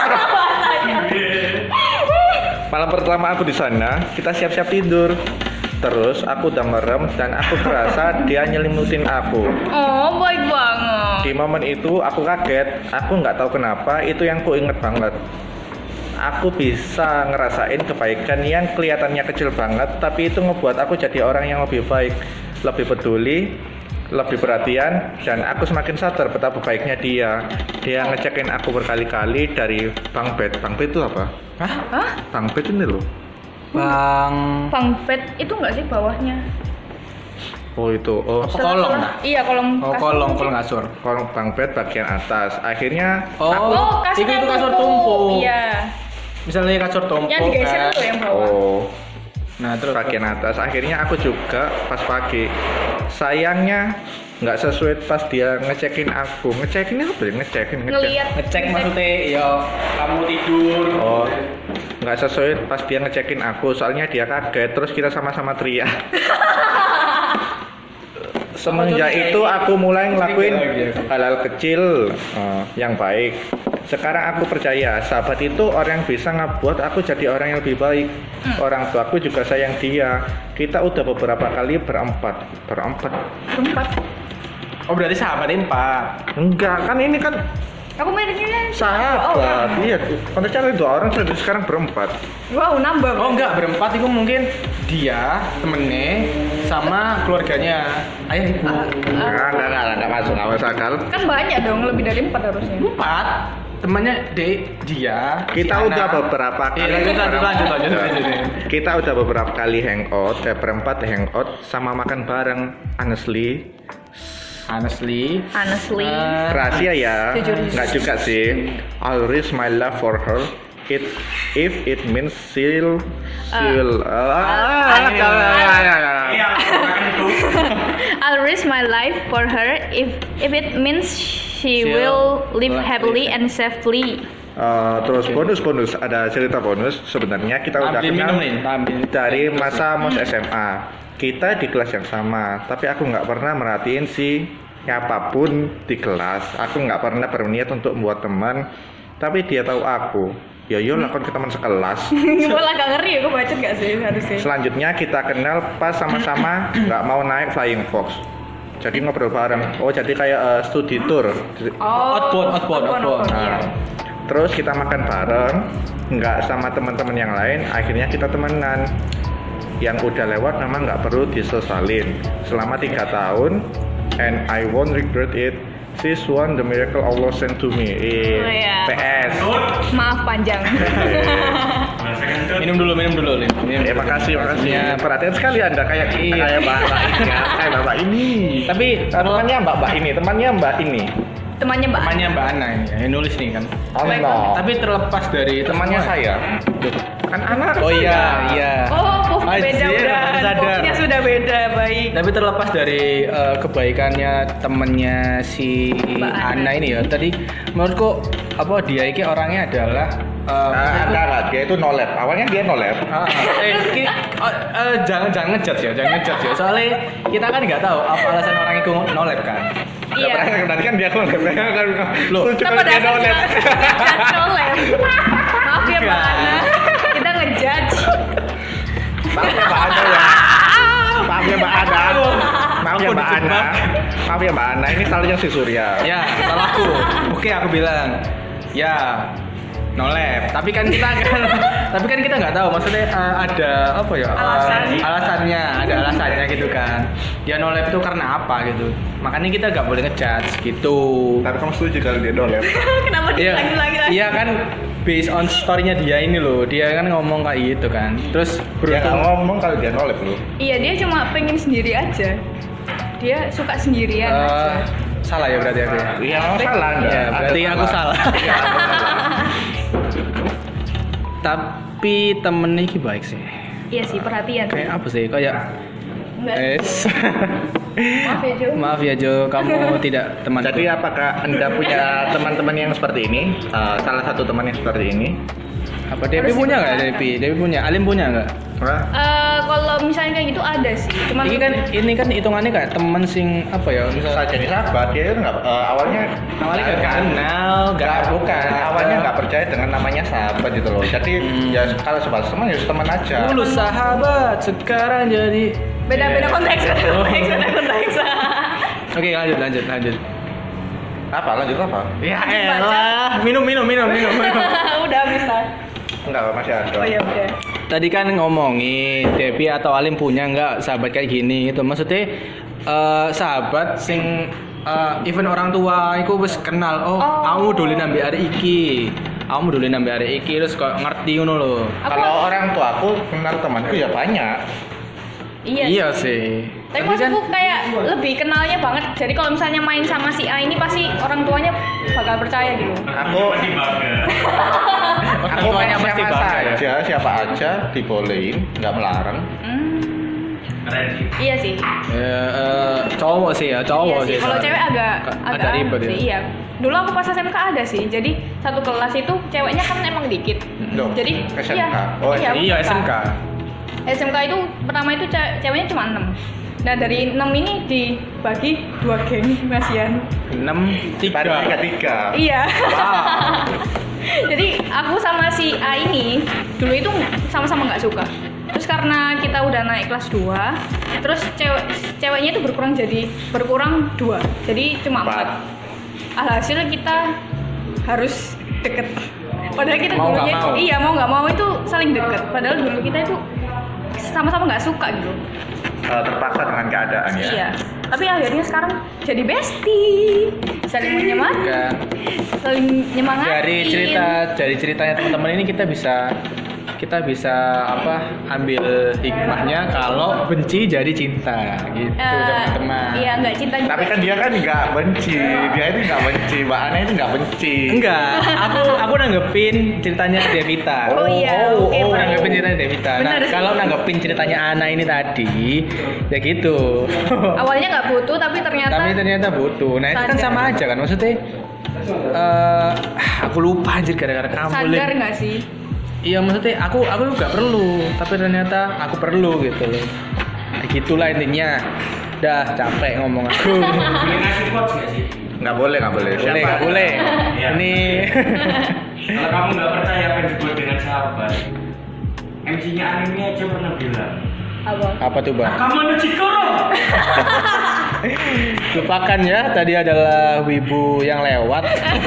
malam pertama aku di sana, kita siap-siap tidur. Terus aku udah merem dan aku kerasa dia nyelimutin aku. Oh, baik banget. Di momen itu aku kaget, aku nggak tahu kenapa itu yang ku inget banget. Aku bisa ngerasain kebaikan yang kelihatannya kecil banget, tapi itu ngebuat aku jadi orang yang lebih baik, lebih peduli, lebih perhatian, dan aku semakin sadar betapa baiknya dia. Dia ngecekin aku berkali-kali dari Bang Bet. Bang Bet itu apa? Hah? Hah? Bang Bet ini loh. Bang Bang bed itu enggak sih bawahnya? Oh itu, oh Apa kolong? Setelah- Iya, kolong Oh, kasur kolong, sih. kolong kasur. kolong Bang Bet bagian atas. Akhirnya Oh, Oh, kasur itu, itu kasur tumpuk. Iya. Misalnya kasur tumpuk. Yang digeser kan. tuh yang bawah. oh Nah, terus bagian atas. Akhirnya aku juga pas pagi. Sayangnya nggak sesuai pas dia ngecekin aku. Ngecekin apa ya? Ngecekin, ngecek. Ngelihat ngecek maksudnya ya kamu tidur. Oh, nggak sesuai pas dia ngecekin aku. Soalnya dia kaget. Terus kita sama-sama teriak. Semenjak itu aku mulai ngelakuin hal-hal kecil uh, yang baik. Sekarang aku percaya sahabat itu orang yang bisa ngebuat aku jadi orang yang lebih baik. Orang tuaku juga sayang dia. Kita udah beberapa kali berempat, berempat. Berempat. Oh, berarti sahabat empat. Enggak, kan ini kan Aku mikirnya sahabat. Iya, konteksnya ada dua orang, jadi sekarang berempat. Wow, nambah. Oh, enggak, berempat itu mungkin dia, temennya, sama keluarganya. Ayah ibu. Enggak, enggak, enggak, enggak masuk, enggak masuk akal. Kan banyak dong, lebih dari empat harusnya. Empat. Temannya de dia. Kita si udah Ana. beberapa Iya, kali lanjut, lanjut, lanjut, lanjut, lanjut, lanjut. Kita udah beberapa kali hangout, eh, berempat hangout sama makan bareng. Honestly, Honestly. Honestly. eh, rahasia ya, Jujur. nggak juga sih. I'll risk my love for her. It if it means she'll she'll. Ah, Iya, bukan itu. I'll risk my life for her if if it means she She'll will live live happily happily. and safely. Eh, terus bonus-bonus, ada cerita bonus. Sebenarnya kita udah ambil kenal minum nih, ambil. dari masa mos S M A. Kita di kelas yang sama, tapi aku nggak pernah merhatiin si siapapun di kelas. Aku nggak pernah berniat untuk membuat teman, tapi dia tahu aku. Ya yo lakon ke teman sekelas. Malah gak ngeri ya, gue baca gak sih harusnya. Selanjutnya kita kenal pas sama-sama nggak mau naik Flying Fox. Jadi ngobrol bareng. Oh jadi kayak eh, studi tour. Oh, Outbound, outbound, outbound. iya. Nah, terus kita makan bareng, nggak sama teman-teman yang lain. Akhirnya kita temenan. Yang udah lewat memang nggak perlu disesalin. Selama tiga tahun, and I won't regret it. She's one the miracle Allah sent to me. Eh, Oh, iya. P S. Maaf panjang. Bahasa kentut. Minum dulu, minum dulu, Lim. Minum Eh, dulu. makasih, makasih. Ya, Perhatian sekali Anda kayak Iya. kayak mbak-mbak ini, ya. kayak mbak ini. Tapi Temannya mbak-mbak ini, temannya mbak ini. Temannya Mbak. temannya Mbak Ana ini, yang nulis nih kan. Oh, no. Tapi terlepas dari temannya semua- saya. Kan anak Oh saya. iya, iya. Oh, puff beda Anjir, udah. baru sadar. Puffnya sudah beda, baik. Tapi terlepas dari eh, kebaikannya temennya si Mbak Ana. Ana ini ya, tadi menurutku apa dia ini orangnya adalah eh, Nah, menurutku- enggak, enggak, dia itu no lab. Awalnya dia no lab. Ah, ah. eh, ki- oh, eh, jangan jangan ngejudge ya, jangan ngejudge ya. Soalnya kita kan nggak tahu apa alasan orang itu no lab kan. Iya. Iya. Tadi kan dia no lab. Loh, Setuju Kita kalau pada dia no lab. ngejudge no lab. Maaf ya Mbak Enggak. Ana. Kita ngejudge. Maaf ya Mbak Ana ya. Maaf ya Mbak Ana. Maaf ya Aku Mbak Ana. dijebak. Maaf ya Mbak Ana. Ini salahnya si Surya. Ya, salahku. Oke, aku bilang. Ya, no lab. Tapi kan kita kan tapi kan kita nggak tahu maksudnya eh, ada apa ya? eh, Alasan. alasannya, ada alasannya gitu kan. Dia no lab itu karena apa gitu. Makanya kita nggak boleh ngejudge gitu. Tapi kamu setuju kalau dia no lab? Kenapa Iya, diulangi lagi? iya kan based on story-nya dia ini loh. Dia kan ngomong kayak gitu kan. Terus Dia nggak beruntung ngomong kalau dia no lab loh. Iya, dia cuma pengen sendiri aja. Dia suka sendirian eh, aja. salah ya berarti aku. ya? Iya, memang salah Anda. Iya, berarti Anda aku salah. Iya, Anda salah. Tapi temennya ini baik sih. Iya sih, perhatian. Kayak apa sih? Kayak Enggak. es. Maaf ya, Jo. Maaf ya Jo, kamu tidak teman. Jadi apakah Anda punya teman-teman yang seperti ini? Eh, salah satu teman yang seperti ini? apa Devi Harus punya nggak dipertahankan. Devi? Devi punya, Alim punya nggak? Hah? Eh, kalau misalnya kayak gitu ada sih. Cuman Ini kan ini kan hitungannya kayak temen sing apa ya? Bisa Misal jadi sahabat, dia itu nggak eh, awalnya awalnya gak kenal, gak bukan. awalnya nggak percaya dengan namanya sahabat gitu loh. Jadi Hmm. ya kalau sebatas teman ya teman aja. Dulu sahabat, sekarang jadi. beda-beda konteks, beda konteks, beda konteks. Oke lanjut lanjut lanjut. Apa lanjut apa? Ya Lanjut elah, minum minum minum minum. minum. Udah bisa. Enggak, masih ada. Oh ya udah. Tadi kan ngomongin Devi atau Alim punya nggak sahabat kayak gini gitu. Maksudnya eh, sahabat sing eh, even orang tua iku wis kenal. Oh, Oh. kamu dulu nambe arek iki. Kamu dulu nambe arek iki terus kok ngerti ngono lho. Aku- Kalau orang tua aku kenal temanku ya banyak. Iya. Iya sih. Tapi Tapi kan maksudku kayak lebih kenalnya banget. Jadi kalau misalnya main sama si A ini pasti orang tuanya bakal percaya gitu. Aku Di bangga. aku tuanya main pasti siapa bangga ya? saja, siapa aja dibolehin, nggak melarang. Hmm, Keren sih. iya sih. ya, eh, cowok sih ya, cowok iya sih. sih. Kalau cewek agak Agak agak ribet ya. sih, iya. Dulu aku pas S M K ada sih. Jadi satu kelas itu ceweknya kan emang dikit. Loh, Jadi S M K. iya. Oh, iya, Iya S M K. S M K. S M K itu pertama itu ce- ceweknya cuma enam. Nah dari enam ini dibagi dua geng Masian. enam tiga. Pada tiga tiga. Iya. Wow. Jadi aku sama si A ini dulu itu sama-sama nggak suka. Terus karena kita udah naik kelas dua, terus cewek ceweknya itu berkurang jadi berkurang dua. Jadi cuma Empat. empat. Alhasil kita harus deket. Padahal kita Mau nggak dulunya mau. iya mau nggak mau itu saling deket. Padahal dulu kita itu sama-sama nggak suka gitu. Eh, terpaksa dengan keadaan ya. Iya. Tapi akhirnya sekarang jadi bestie, saling menyemangat, Kan. saling nyemangatin. Dari cerita dari ceritanya teman-teman ini kita bisa kita bisa apa ambil hikmahnya kalau benci jadi cinta gitu Eh, teman-teman. Iya, nggak cinta juga. Tapi kan dia kan nggak benci, dia itu nggak benci, Mbak Ana itu nggak benci. Enggak, aku aku nanggepin ceritanya Devita. Oh, iya, oh, oke, oh, baik. nanggepin ceritanya Devita. Nah, Benar. kalau nanggepin ceritanya Ana ini tadi, ya gitu. Awalnya nggak butuh, tapi ternyata. Tapi ternyata butuh. Nah, itu kan Sadar. sama aja kan maksudnya. eh aku lupa anjir gara-gara kamu. sadar Lin. nggak sih? Iya maksudnya aku aku nggak perlu, tapi ternyata aku perlu gitu loh. Nah, gitulah intinya. Dah capek ngomong aku. Boleh ngasih quotes nggak sih? Nggak boleh, nggak boleh. boleh Siapa? nggak boleh. Iya. Ini Kalau kamu nggak percaya apa yang disebut dengan sahabat, M C-nya anime aja pernah bilang, Apa? apa tuh bang? kamu anu Cikoro. Lupakan ya, tadi adalah wibu yang lewat.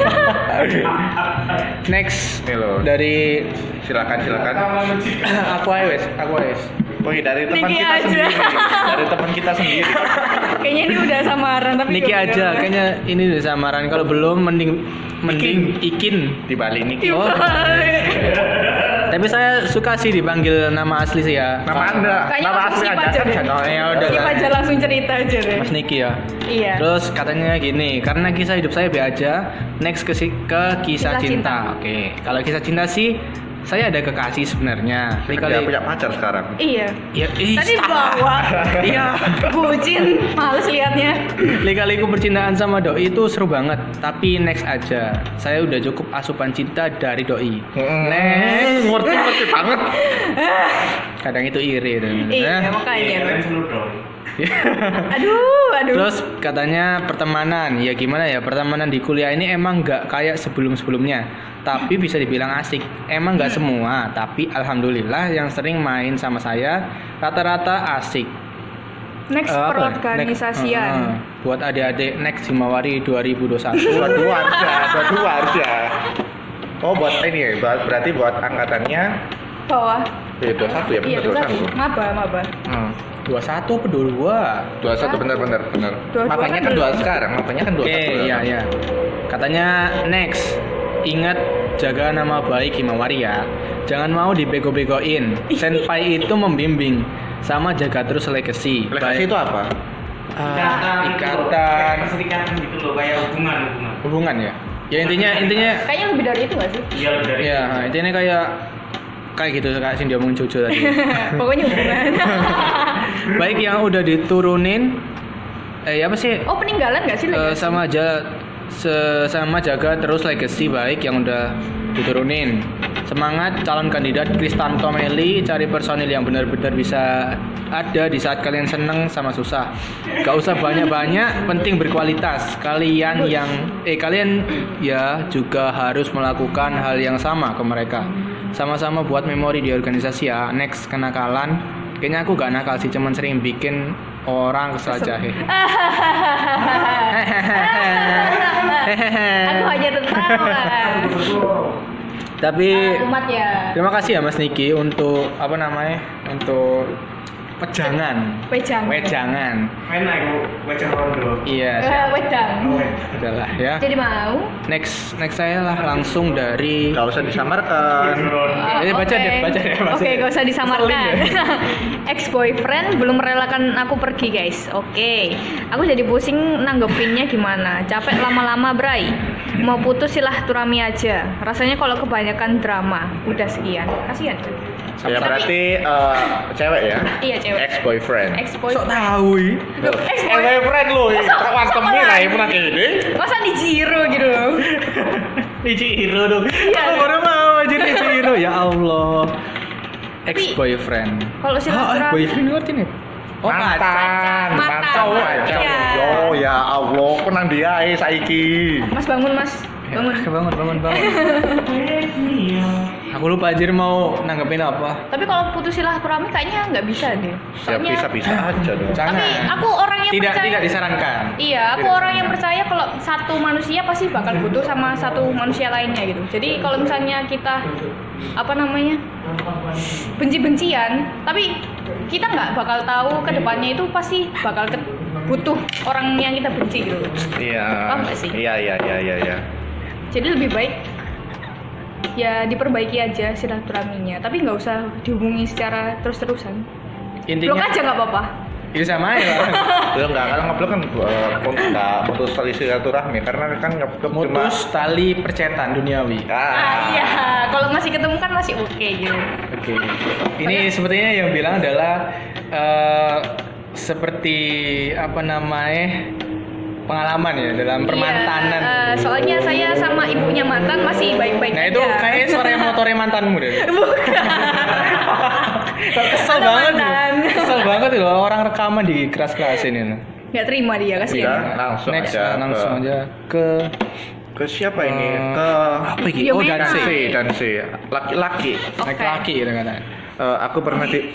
Next Nih loh. dari Silakan, silakan. Kamu anu Cikoro. aku Aes, aku Aes. Oh, iya, dari teman Niki kita aja. sendiri. Dari teman kita sendiri. Kayaknya ini udah samaran, tapi. Niki belum aja, dengar. kayaknya ini udah samaran. Kalau belum mending mending Ikin. Di Bali Niki. Oh. Tapi saya suka sih dipanggil nama asli sih ya. Nama Anda, Kayaknya nama langsung asli skip Anda aja kan deh. channel. Ya udah Skip lah. aja langsung cerita aja deh. Mas Niki ya. Iya. Terus katanya gini, karena kisah hidup saya be aja, next ke, si- ke kisah, Kisah cinta. cinta. Oke, kalau kisah cinta sih saya ada kekasih sebenarnya. Ini kali Dia punya pacar sekarang. Iya. ya, ih, Tadi salah. bawa. Iya. Bucin, males liatnya. Lika-liku percintaan sama doi itu seru banget. Tapi next aja. Saya udah cukup asupan cinta dari doi. Next. ngerti ngerti banget. Kadang itu iri. dan- Iya, Eh. makanya. Kalian seluruh dong. Aduh, aduh. Terus katanya pertemanan, ya gimana ya, pertemanan di kuliah ini emang nggak kayak sebelum-sebelumnya, tapi bisa dibilang asik. Emang nggak semua, tapi alhamdulillah yang sering main sama saya rata-rata asik. Next Eh, apa? perorganisasian. Next, eh, eh, buat adik-adik next Himawari dua ribu dua puluh satu. Dua-dua aja, dua-dua aja. Oh, buat ini ya, buat- berarti buat angkatannya Bawah. eh, dua puluh satu ya, Iya, benar dua dua puluh satu. satu. Maba, maba. Hmm. dua puluh satu apa dua puluh dua? dua puluh satu benar benar benar. Dua-dua Makanya kan kan dua belum. sekarang, makanya kan dua Oke, satu. iya iya. Katanya next, ingat jaga nama baik Himawari ya. Jangan mau dibego-begoin. Senpai itu membimbing sama jaga terus legacy. Legacy Baik- itu apa? Ah, Ikatan, ikatan perserikatan gitu loh, kayak hubungan hubungan. hubungan ya. Ya intinya intinya Kayaknya lebih dari itu gak sih? Iya lebih dari. ya intinya kayak kayak gitu kayak sih dia ngomong cucu tadi. Pokoknya hubungan. Baik yang udah diturunin eh apa sih? Oh, peninggalan gak sih? Eh, Legacy? sama aja se- sama jaga terus legacy baik yang udah diturunin. Semangat calon kandidat Kristanto Meli, cari personil yang benar-benar bisa ada di saat kalian seneng sama susah. Gak usah banyak-banyak, penting berkualitas. Kalian yang eh kalian ya juga harus melakukan hal yang sama ke mereka. Sama-sama buat memori di organisasi ya. Next, kenakalan. Kayaknya aku gak nakal sih, cuman sering bikin orang kesel jahe. Aku hanya tertawa. Tapi Umat ya. terima kasih ya Mas Niki untuk apa namanya? Untuk wejangan. Wejang. Wejangan. Main aku wajah rondo. Iya, Eh, siap. Wejang. Udahlah ya. Jadi mau? Next next saya lah langsung dari Gak usah disamarkan. Ah, Jadi baca oke. deh, baca deh, baca Oke, deh. gak usah disamarkan. Ngeselin Ex-boyfriend belum merelakan aku pergi, guys. Oke. Aku jadi pusing nanggepinnya gimana. Capek lama-lama, Bray. Mau putus silaturahmi aja. Rasanya kalau kebanyakan drama. Udah sekian. Kasihan. Ya Tapi- berarti eh, cewek ya? Iya, cewek. Ex boyfriend. Sok Ex-boyfriend. tahu ih. Loh, Ex ex-boyfriend. boyfriend lu, kawan temi lah yang pernah gini. Masa di Jiro gitu loh. Ichi Hiro dong. Iya. Aku baru mau aja Ichi Hiro. Ya Allah. Ex boyfriend. Kalau Ah, silaturahmi boyfriend ngerti nih. Oh, mantan, pacar. mantan, Mantan, pacar. iya. Yo ya Allah, kenang dia ae saiki. Mas bangun, Mas. Bangun. Bangun, bangun, bangun. Aku lupa anjir mau nanggepin apa. Tapi kalau putus silaturahmi kayaknya nggak bisa deh. Ya Soalnya bisa-bisa aja dong. Jangan. Tapi aku orang yang tidak percaya. tidak disarankan. Iya, aku Tidak orang yang disarankan. percaya kalau satu manusia pasti bakal butuh sama satu manusia lainnya gitu. Jadi kalau misalnya kita apa namanya benci-bencian, tapi kita nggak bakal tahu ke depannya itu pasti bakal ke- butuh orang yang kita benci gitu. Iya. Paham nggak sih? Iya, iya, iya, iya, iya. Jadi lebih baik ya diperbaiki aja silaturahminya, tapi nggak usah dihubungi secara terus-terusan. Blok Intinya aja nggak apa-apa. ya sama ya lah. Ya enggak, kalau ngeblok kan eh, pun enggak putus tali silaturahmi karena kan ngeblok cuma Mutus tali percetan duniawi. Ah, iya, kalau masih ketemu kan masih oke gitu. Oke. Ini sepertinya yang bilang adalah eh, seperti apa namanya pengalaman ya dalam permantanan. Iya, eh, soalnya saya sama ibunya mantan masih baik-baik Nah itu aja. kayaknya suara motornya mantanmu deh. Bukan. Kesel Ada banget mantan. loh. Kesel banget loh orang rekaman di keras-keras ini. Nggak terima dia, Iya, kasihan. langsung Next, aja ke- langsung aja ke ke siapa ini? Eh, Ke apa iki? Oh, Yomena. Danse. si dan si laki-laki. Oke. Laki-laki gitu katanya. Eh, aku pernah di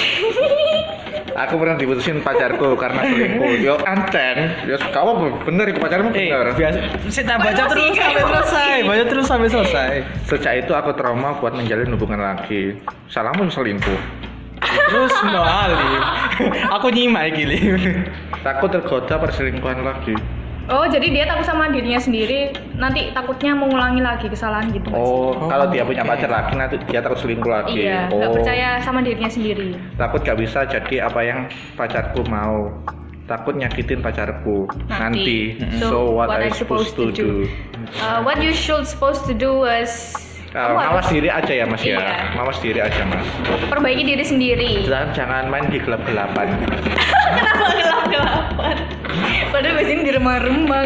aku pernah diputusin pacarku karena selingkuh. Yo anten, yo kamu bener itu pacarmu Eh, bener. biasa saya baca Emosi, terus sampai emosi. selesai, baca terus sampai selesai. Sejak itu aku trauma buat menjalin hubungan lagi. Salahmu selingkuh. Terus balik. Aku nyimak gini. Takut tergoda perselingkuhan lagi. Oh, jadi dia takut sama dirinya sendiri, nanti takutnya mengulangi lagi kesalahan gitu. Mas. Oh, Oh, kalau dia punya oke. pacar lagi nanti dia takut selingkuh lagi. Iya, oh, nggak percaya sama dirinya sendiri. takut gak bisa jadi apa yang pacarku mau. Takut nyakitin pacarku nanti. Nanti. So, what, I supposed to do? Uh, what you should supposed to do is Uh, kamu mawas harus diri aja ya mas ya. Iya. Mawas diri aja mas. perbaiki diri sendiri. Dan jangan main di gelap-gelapan. Kenapa gelap-gelapan? Padahal biasanya di remang-remang.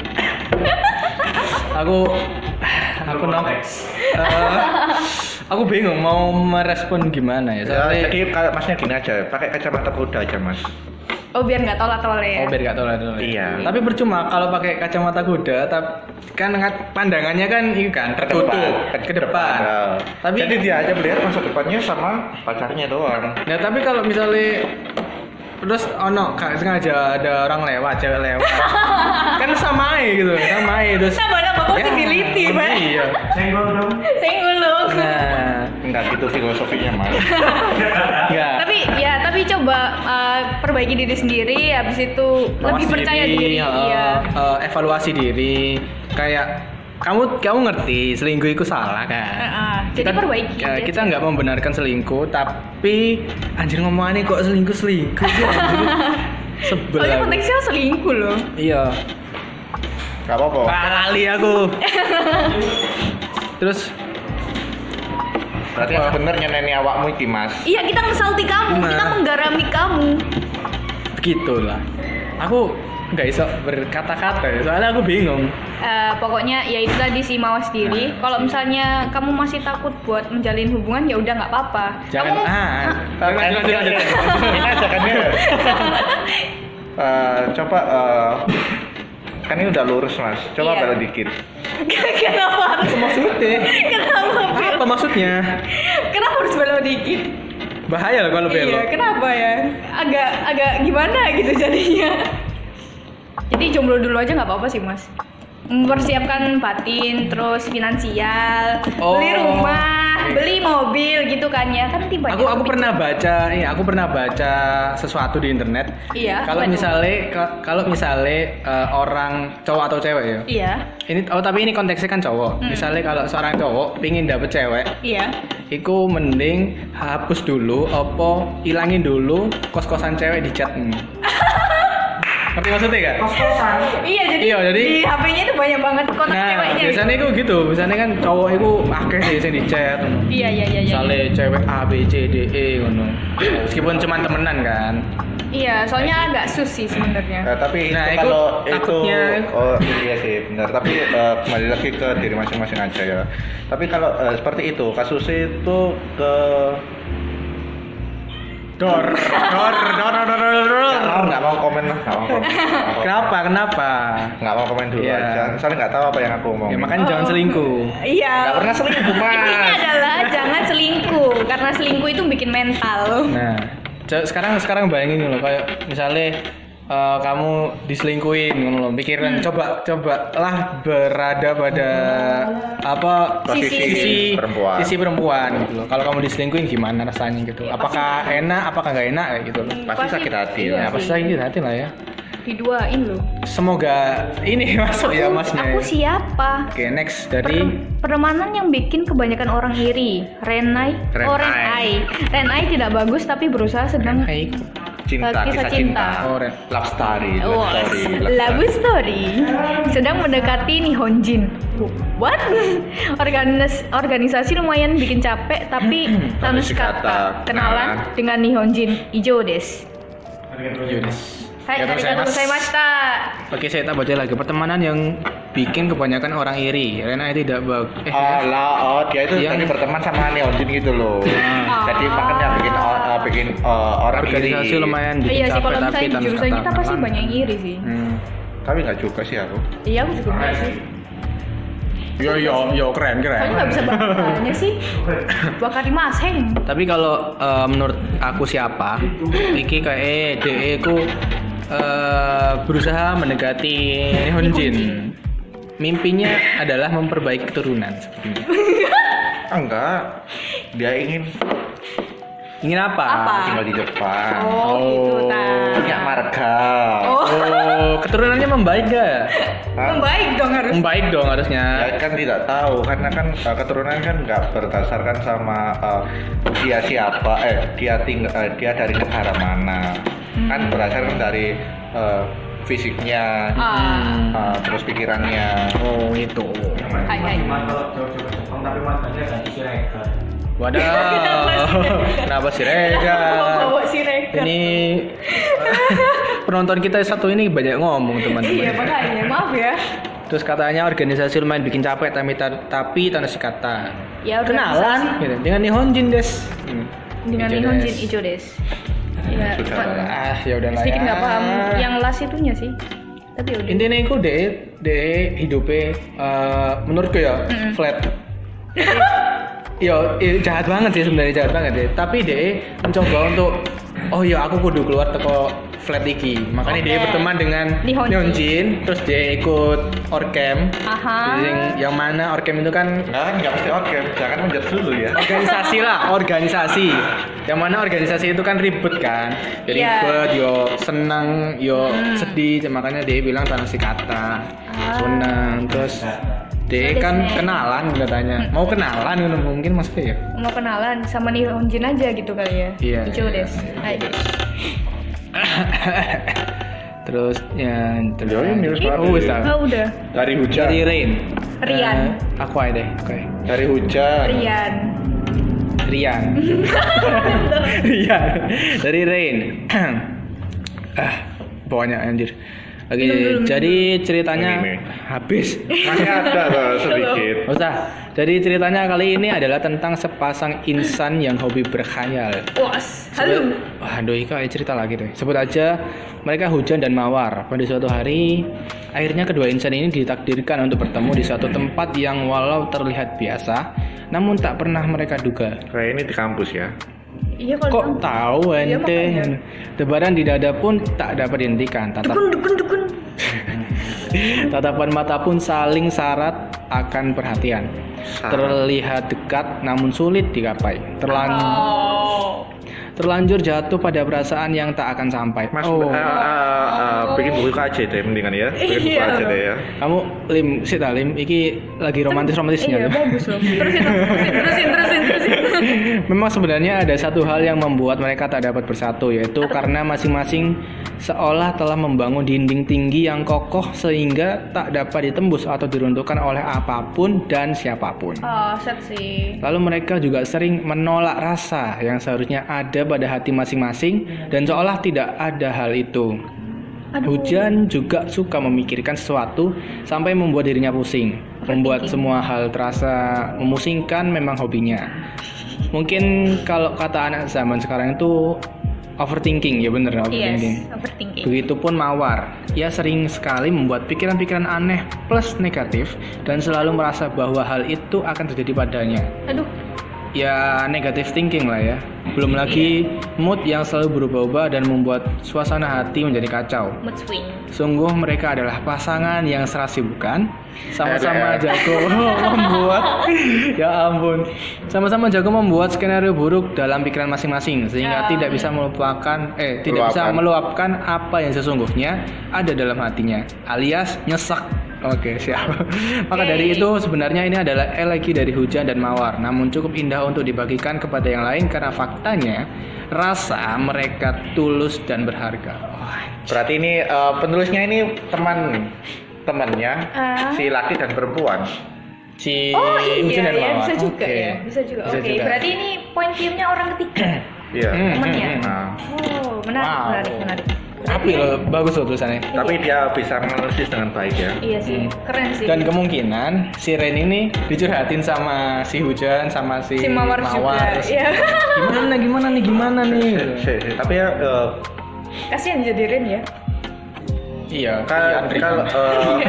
Aku aku nong. Eh, aku bingung mau merespon gimana ya. Ya, Soalnya jadi kalau masnya gini aja, pakai kacamata kuda aja mas. Oh, biar nggak tolak-tolak ya. Oh biar gak tahu lah dulu. Iya. Tapi percuma kalau pakai kacamata kuda, tapi kan ngat- pandangannya kan ini kan tertutup ke depan. Nah, Tapi jadi dia aja melihat masa depannya sama pacarnya doang. Nah tapi kalau misalnya terus ono gak sengaja ada orang lewat, cewek lewat, kan sama aja gitu, sama aja terus. Sama nama possibility, Ya, Pak. Iya. Senggol dong. Senggol dong. Nah, Enggak gitu filosofinya mas. enggak. Tapi ya, tapi coba uh, perbaiki diri sendiri, habis itu lebih Mawas percaya diri. eh, Iya. eh, evaluasi diri, kayak kamu kamu ngerti selingkuh itu salah kan? Heeh. Jadi Kita- perbaiki. ya, aja. kita nggak membenarkan selingkuh, tapi anjir ngomongannya kok selingkuh selingkuh sih, anjir. Sebel. Soalnya aku. konteksnya selingkuh loh. Iya. Gak apa-apa. Kali aku. Terus Berarti yang bener nyeneni awakmu iki mas. Iya, kita ngesalti kamu, Gimana? kita menggarami kamu. begitulah. Aku nggak iso berkata-kata ya, soalnya aku bingung. Eh, pokoknya ya itu tadi sih mawas diri. Kalau misalnya kamu masih takut buat menjalin hubungan ya udah nggak apa-apa. Jangan Kamu- ah. Kan Lanjut lanjut lanjut. ini aja kan ya. Eh, coba eh, kan ini udah lurus mas, coba Iya. belok dikit. Kenapa? Maksudnya Kenapa? Bil? apa maksudnya? Kenapa harus belok dikit? Bahaya loh kalau Iya, belok. kenapa ya? Agak agak gimana gitu jadinya. Jadi jomblo dulu aja nggak apa-apa sih mas. Mempersiapkan batin, terus finansial, Oh. beli rumah, beli mobil gitu kan ya kan tiba. Aku aku pernah baca, ini aku pernah baca sesuatu di internet. Iya, Kalau apa tuh? misalnya ka- kalau misalnya eh, orang cowok atau cewek ya. Iya, Ini oh tapi ini konteksnya kan cowok. Hmm. Misalnya kalau seorang cowok pingin dapet cewek, iya. iku mending hapus dulu, apa ilangin dulu kos-kosan cewek di chat. Hmm. Ngerti maksudnya gak? Iya jadi, Iya, jadi- di H P-nya itu banyak banget kontak Nah, ceweknya. biasanya gitu. itu gitu. Biasanya kan cowok itu akeh sih sing di chat. Iya iya iya. iya. Misalnya cewek A, B, C, D, E ngono. Meskipun cuma temenan kan. Iya, soalnya agak sus sih sebenarnya. Eh, tapi Nah, itu itu kalau itu takutnya- oh iya sih benar. Tapi eh, kembali lagi ke diri masing-masing aja ya. Tapi kalau eh, seperti itu kasusnya itu ke Dor, dor, dor, dor, dor, dor, dor. nggak mau nggak mau komen lah, nggak mau komen. Nggak mau- Kenapa? Kenapa? Nggak mau komen dulu Iya. aja. Soalnya nggak tahu apa yang aku ngomong. Ya makanya jangan selingkuh. Iya. Nggak pernah selingkuh mas. Intinya adalah jangan selingkuh karena selingkuh itu bikin mental. Nah, co- sekarang sekarang bayangin loh kayak misalnya eh, kamu diselingkuhin ngono loh. Pikiran Hmm. coba coba lah berada pada apa Posisi sisi perempuan. sisi perempuan gitu loh. Kalau kamu diselingkuhin gimana rasanya gitu? Ya, apakah enak, apakah nggak enak kayak gitu loh. Pasti sakit hati iya lah. Ya sih. pasti sakit hati lah ya. Diduain loh. Semoga ini masuk ya masnya. Aku siapa? Oke, next dari Pertemanan yang bikin kebanyakan orang iri. Renai, oh Renai. Renai. Renai tidak bagus tapi berusaha sedang Hai. Cinta, Eh, kisah kisah cinta. cinta. Oh, Ren. Love story, love Oh, story, Love story sedang mendekati Nihonjin. What? Organis organisasi lumayan bikin capek tapi Tanushi Tanushikata kata. kenalan Nah. dengan Nihonjin Ijo des. Yunus. Hai, Ya, terus saya, arigatou Mas. gozaimashita. Oke, saya tak baca lagi. Pertemanan yang bikin kebanyakan orang iri. Rena tidak bagus. Eh, Alah, oh dia itu Yang- tadi berteman sama Neonjin gitu loh. Ah. Jadi makanya bikin uh, bikin uh, orang organisasi iri. lumayan bikin Iya sih capek kalau tapi misalnya di tanpa jurusan kita kata pasti kan. banyak yang iri sih. Hmm. Tapi nggak juga sih aku. Iya aku juga enggak sih. Yo yo yo keren keren. Soalnya nggak bisa banyak sih. Bakar di Heng. Tapi kalau eh, menurut aku siapa? Iki kayak D E ku eh, berusaha mendekati Nihonjin. Mimpinya adalah memperbaiki keturunan sepertinya. Ah, enggak. Dia ingin Ingin apa? Apa? tinggal di Jepang. Oh, gitu ta. Punya marga. Oh, Oh, keturunannya membaik gak? Hah? membaik dong harus. Membaik dong harusnya. Ya kan tidak tahu karena kan uh, keturunan kan nggak berdasarkan sama uh, dia siapa eh dia tinggal uh, dia dari negara mana kan berdasarkan dari uh, fisiknya Ah. uh, terus pikirannya. Oh, itu. Hai hai. Kalau jauh-jauh ke Jepang tapi marganya ganti Siregar. Waduh. Kenapa sih Rega? Bawa si Rega. Ini penonton kita satu ini banyak ngomong Iya teman-teman. makanya maaf ya. Terus katanya organisasi lumayan bikin capek tapi tapi Tanushikata. Ya Kenalan gitu. Dengan Nihonjin des. Hmm. dengan Ijo Nihonjin des. Ijo des. Ya, Sudah Pak. lah. Ah, ya udah lah. Sedikit ya. nggak paham yang last itunya sih. Tapi udah. Intinya itu deh, deh hidupnya eh, menurutku ya Mm-mm. flat. Yo, eh, jahat banget sih sebenarnya jahat banget ya. Tapi dia mencoba untuk oh ya aku kudu keluar teko flat iki. Makanya dia Oke. berteman dengan Nihonjin. Nihonjin, terus dia ikut Orcam. Aha. Yang, yang mana Orcam itu kan Nggak kan nggak mesti oke, jangan menjudge dulu ya. organisasi lah, organisasi. Yang mana organisasi itu kan ribet kan. Jadi Iya. ribet, yo seneng, yo Hmm. sedih. Makanya dia bilang Tanushikata. Ah. Seneng, terus dia Sedih kan sih. kenalan katanya. Mau kenalan gitu, mungkin maksudnya ya. Mau kenalan sama Nihonjin aja gitu kali ya. Iya, Ijo iya, des. iya. Hai. Terus ya terus. Ya, ini wis Oh, wis dah. Oh udah. Dari hujan. Dari Rain. Rian. Eh, aku aja deh. Oke. Dari hujan. Rian. Rian. Rian. Dari Rain. ah, pokoknya anjir. Oke, jadi ceritanya Ini, ini. habis. Masih ada loh sedikit. Nggak usah. Jadi ceritanya kali ini adalah tentang sepasang insan yang hobi berkhayal. Was, halo. Wah, aduh, Ika cerita lagi deh. Sebut aja mereka Hujan dan Mawar. Pada suatu hari, akhirnya kedua insan ini ditakdirkan untuk bertemu di suatu tempat yang walau terlihat biasa, namun tak pernah mereka duga. Kayak ini di kampus ya. Iya kalau Kok tahu Iya, ente? makanya. Debaran di dada pun tak dapat dihentikan. Tatap, dukun dukun dukun. tatapan mata pun saling syarat akan perhatian. Syarat. Terlihat dekat namun sulit digapai. Terlan Oh. terlanjur jatuh pada perasaan yang tak akan sampai. Mas, Oh, eh, eh, eh, bikin buku aja deh mendingan ya. Bikin buku Iya. aja deh ya. kamu Lim, sih Lim, iki lagi romantis-romantisnya. Iya, bagus loh. Terusin, terusin, terusin, terusin, terusin. Memang sebenarnya ada satu hal yang membuat mereka tak dapat bersatu, yaitu karena masing-masing seolah telah membangun dinding tinggi yang kokoh sehingga tak dapat ditembus atau diruntuhkan oleh apapun dan siapapun. Oh, set sih. Lalu mereka juga sering menolak rasa yang seharusnya ada pada hati masing-masing dan seolah tidak ada hal itu. Aduh. Hujan juga suka memikirkan sesuatu sampai membuat dirinya pusing. Membuat semua hal terasa memusingkan memang hobinya. Mungkin kalau kata anak zaman sekarang itu overthinking, ya bener overthinking. Yes, overthinking. Begitupun Mawar, ia sering sekali membuat pikiran-pikiran aneh plus negatif dan selalu merasa bahwa hal itu akan terjadi padanya. Aduh. Ya negative thinking lah ya. Belum lagi mood yang selalu berubah-ubah dan membuat suasana hati menjadi kacau. Mood swing. Sungguh mereka adalah pasangan yang serasi bukan? Sama-sama Ada. jago membuat ya ampun. Sama-sama jago membuat skenario buruk dalam pikiran masing-masing sehingga Ya. tidak bisa melupakan eh tidak bisa Meluapkan. meluapkan apa yang sesungguhnya ada dalam hatinya, alias nyesek. Oke, siap. Maka Oke. dari itu sebenarnya ini adalah elegi dari Hujan dan Mawar, namun cukup indah untuk dibagikan kepada yang lain karena faktanya rasa mereka tulus dan berharga. Wah, Berarti ini eh, penulisnya ini teman temannya Ah. si laki dan perempuan. si Oh Hujan iya, dan ya, Mawar. bisa juga Oke. ya, bisa juga. Bisa Oke, juga. berarti ini poin filmnya orang ketiga. Iya. Hmm, Temennya. hmm, hmm. Nah, Oh, menarik, Wow. menarik, menarik. Api loh, bagus loh tulisannya. tapi dia bisa menganalisis dengan baik ya. Iya sih, Hmm. keren sih. Dan kemungkinan si Ren ini dicurhatin sama si Hujan sama si, si Mawar, juga. Terus, Iya. Gimana gimana nih gimana nih? Si- si- Tapi ya eh, Kasihan jadi Ren ya. Iya, kalau Andri. kalau eh,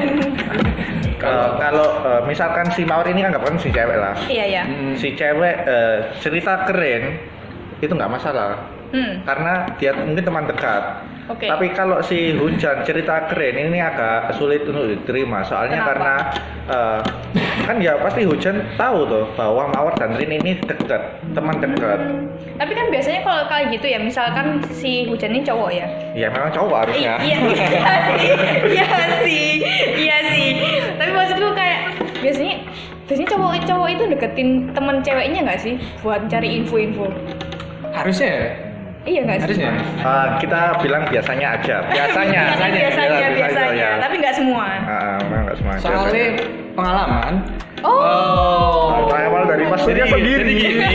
eh, kalau eh, misalkan si Mawar ini anggapkan si cewek lah. Iya ya. Hmm. Si cewek eh, cerita keren itu nggak masalah Hmm. karena dia mungkin teman dekat. Oke. Tapi kalau si Hujan cerita keren ini agak sulit untuk diterima soalnya Kenapa? karena eh, kan ya pasti Hujan tahu tuh bahwa Mawar dan Rin ini dekat, teman dekat. Tapi kan biasanya kalau kayak gitu ya, misalkan si Hujan ini cowok ya. Ya memang cowok harusnya. Iya, iya sih, iya sih, iya sih. Tapi maksudku kayak biasanya biasanya cowok-cowok itu deketin temen ceweknya nggak sih buat cari info-info? Harusnya ya? Iya nggak sih? Harusnya. Eh, kita bilang biasanya aja, biasanya, Biasanya, biasanya, Biasa- biasanya. ya. Tapi nggak semua. Ah, ah, memang nggak semua. Soalnya biasanya. Oh. pengalaman. Nah, berawal dari Mas Surya sendiri.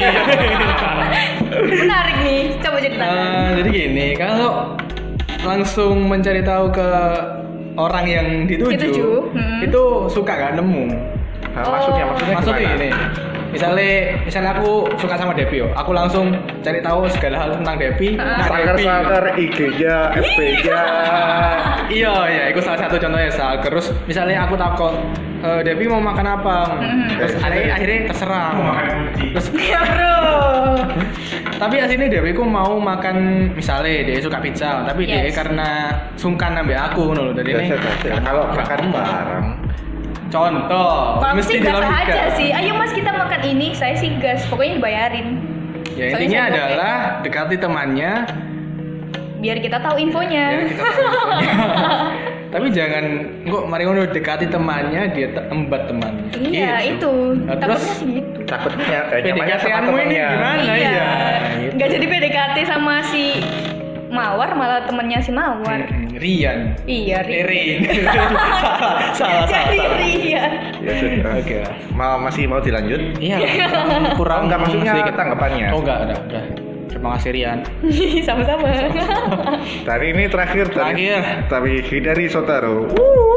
Menarik nih, coba cerita. Eh, jadi gini, kalau langsung mencari tahu ke orang yang dituju, Dituju, hmm. itu suka gak nemu. Nah, maksudnya, maksudnya Maksudnya gimana? gini, misalnya, misalnya aku suka sama Depi, yo. Aku langsung cari tahu segala hal tentang Depi. Nah, Depi. Stalker-stalker I G-nya, F B-nya. Iya, iya, itu salah satu contohnya Sal. Terus misalnya aku takut e, Depi mau makan apa, terus akhirnya, akhirnya terserah. Terus Iya bro. tapi aslinya Dewi ku mau makan misalnya dia suka pizza tapi dia Yes. karena sungkan nambah aku loh dari ini Biasa, biasa. Kalau makan bareng, contoh Kalau mesti sih gas dilogika. aja sih. Ayo mas kita makan ini, saya sih gas. Pokoknya dibayarin. Ya Soalnya intinya saya gope. adalah dekati temannya Biar kita tahu infonya. ya kita tahu infonya. Tapi jangan kok mari ngono dekati temannya dia te- embat temannya. Iya Gitu. itu. Nah, Takutnya terus sih gitu. takutnya kayak nyamannya sama P D K T-anmu ini temennya. gimana Iya. ya? Gitu. Nggak jadi P D K T sama si Mawar, malah temennya si Mawar. Mm-mm, Rian. Iya, Eh, Rin. Rin. salah, salah, salah, Jadi salah. Rian. Ya sudah. Oke. Mau masih mau dilanjut? Iya, kurang Oh, enggak, maksudnya sedikit. tanggapannya. Oh enggak, udah, udah. Terima kasih Rian. Sama-sama. Dari ini terakhir dari Terakhir. tapi dari Sotaro.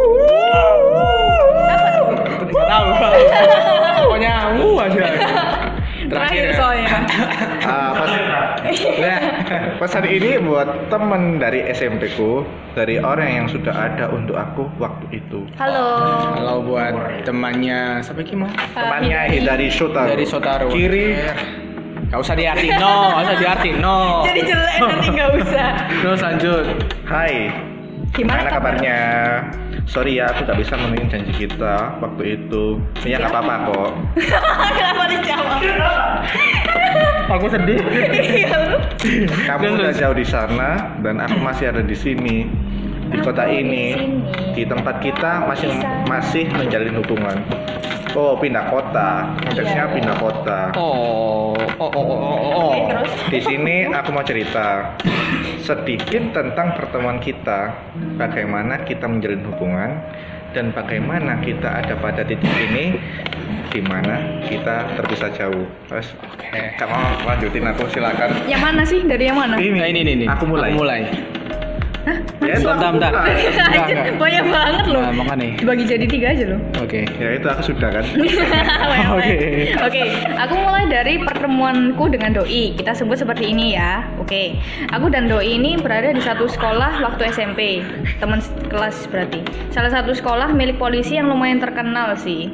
Tahu. Pokoknya uh aja. Terakhir soalnya. Ah, pas, nah, pesan ini buat temen dari S M P ku, dari orang yang sudah ada untuk aku waktu itu. Halo. Kalau buat temannya siapa gimana? Temannya dari Sotaro. Dari Sotaro. Kiri. Gak usah diartiin no, gak usah diartiin no. Jadi jelek nanti nggak usah. Terus lanjut. Hai. Gimana Gimana kabarnya? Sorry ya, aku gak bisa memenuhi janji kita waktu itu. Ya nggak apa-apa kok. Kenapa dijawab? Aku sedih. Kamu udah jauh di sana dan aku masih ada di sini, di kota ini, di tempat kita masih masih menjalin hubungan. Oh, pindah kota. Konteksnya pindah kota. Oh, oh, oh, oh, oh, oh. Oke, terus? Di sini aku mau cerita sedikit tentang pertemuan kita, bagaimana kita menjalin hubungan dan bagaimana kita ada pada titik ini di mana kita terpisah jauh. Terus, Oke. kamu lanjutin aku silakan. Yang mana sih? Dari yang mana? Nah, ini ini ini. Aku mulai. Aku mulai. Ya, itu Bentar, aku bentar. mulai. Enggak, enggak. Banyak banget loh. Nah, makanya. Dibagi jadi tiga aja loh. Oke. Ya itu aku sudah kan. Banyak Oke. banget. Oke, aku mulai dari pertemuanku dengan doi. Kita sebut seperti ini ya. Oke, aku dan doi ini berada di satu sekolah waktu S M P, teman kelas berarti. Salah satu sekolah milik polisi yang lumayan terkenal sih.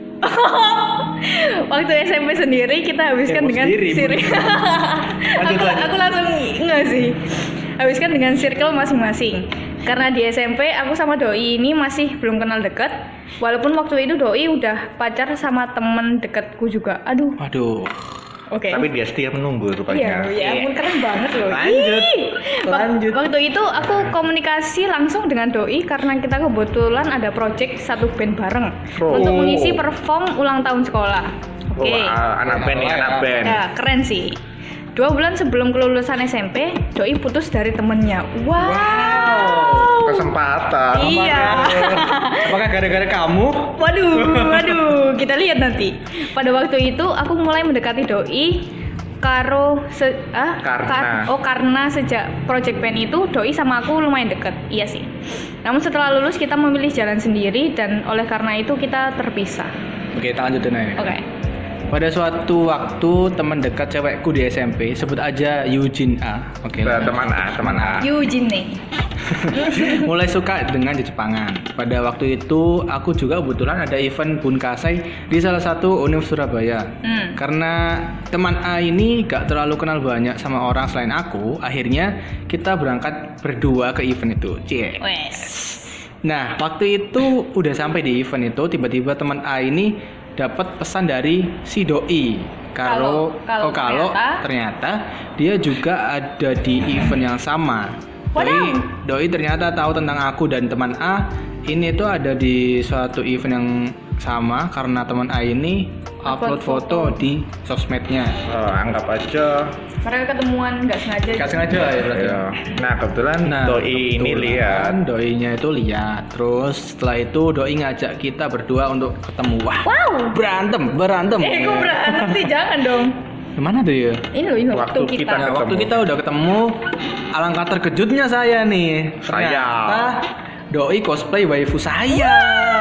Waktu S M P sendiri kita habiskan Demo dengan sendiri, sir. lanjut, aku, lanjut. aku langsung nggak sih. Habiskan dengan circle masing-masing. Karena di S M P aku sama doi ini masih belum kenal deket. Walaupun waktu itu doi udah pacar sama temen deketku juga. Aduh. Waduh. Oke. Tapi dia setia menunggu Iya, rupanya. ya ampun keren banget loh. Lanjut. Ih. Wak- Lanjut. Waktu itu aku komunikasi langsung dengan doi karena kita kebetulan ada project satu band bareng Oh. untuk mengisi perform ulang tahun sekolah. Oh, Oke. ah, anak band nih, anak band. Ya, keren sih. Dua bulan sebelum kelulusan S M P, doi putus dari temennya. Wow. Kesempatan. Iya. Apakah gara-gara kamu? Waduh, waduh, kita lihat nanti. Pada waktu itu aku mulai mendekati doi karo se ah Karena. oh karena sejak project band itu doi sama aku lumayan deket. Iya sih. Namun setelah lulus kita memilih jalan sendiri dan oleh karena itu kita terpisah. Oke, kita lanjutin aja. Oke. Pada suatu waktu teman dekat cewekku di S M P, sebut aja Eugene A. Oke. Nah, lanjut. teman A, teman A. Eugene nih. Mulai suka dengan Jepangan. Pada waktu itu aku juga kebetulan ada event Bunkasai di salah satu Univ Surabaya. Hmm. Karena teman A ini gak terlalu kenal banyak sama orang selain aku, akhirnya kita berangkat berdua ke event itu. Cie. Wes. Nah, waktu itu udah sampai di event itu, tiba-tiba teman A ini dapat pesan dari si doi. Kalau Kalau- oh, kalau kalau ternyata dia juga ada di event yang sama. Doi, Wadaw. doi ternyata tahu tentang aku dan teman A ini tuh ada di suatu event yang sama karena teman A ini upload Upload foto di sosmednya. Oh, anggap aja. Mereka ketemuan nggak sengaja. Gak sengaja ya berarti. Ya. Nah, kebetulan Nah, doi ini kebetulan lihat. doinya itu lihat. Terus setelah itu doi ngajak kita berdua untuk ketemu. Wah, Wow. berantem, berantem. Eh, kok berantem sih? Jangan dong. Gimana tuh ya? Ini loh, ini Waktu waktu kita kita. Nah, waktu ketemu. kita udah ketemu, alangkah terkejutnya saya nih. Saya. Ternyata doi cosplay waifu saya.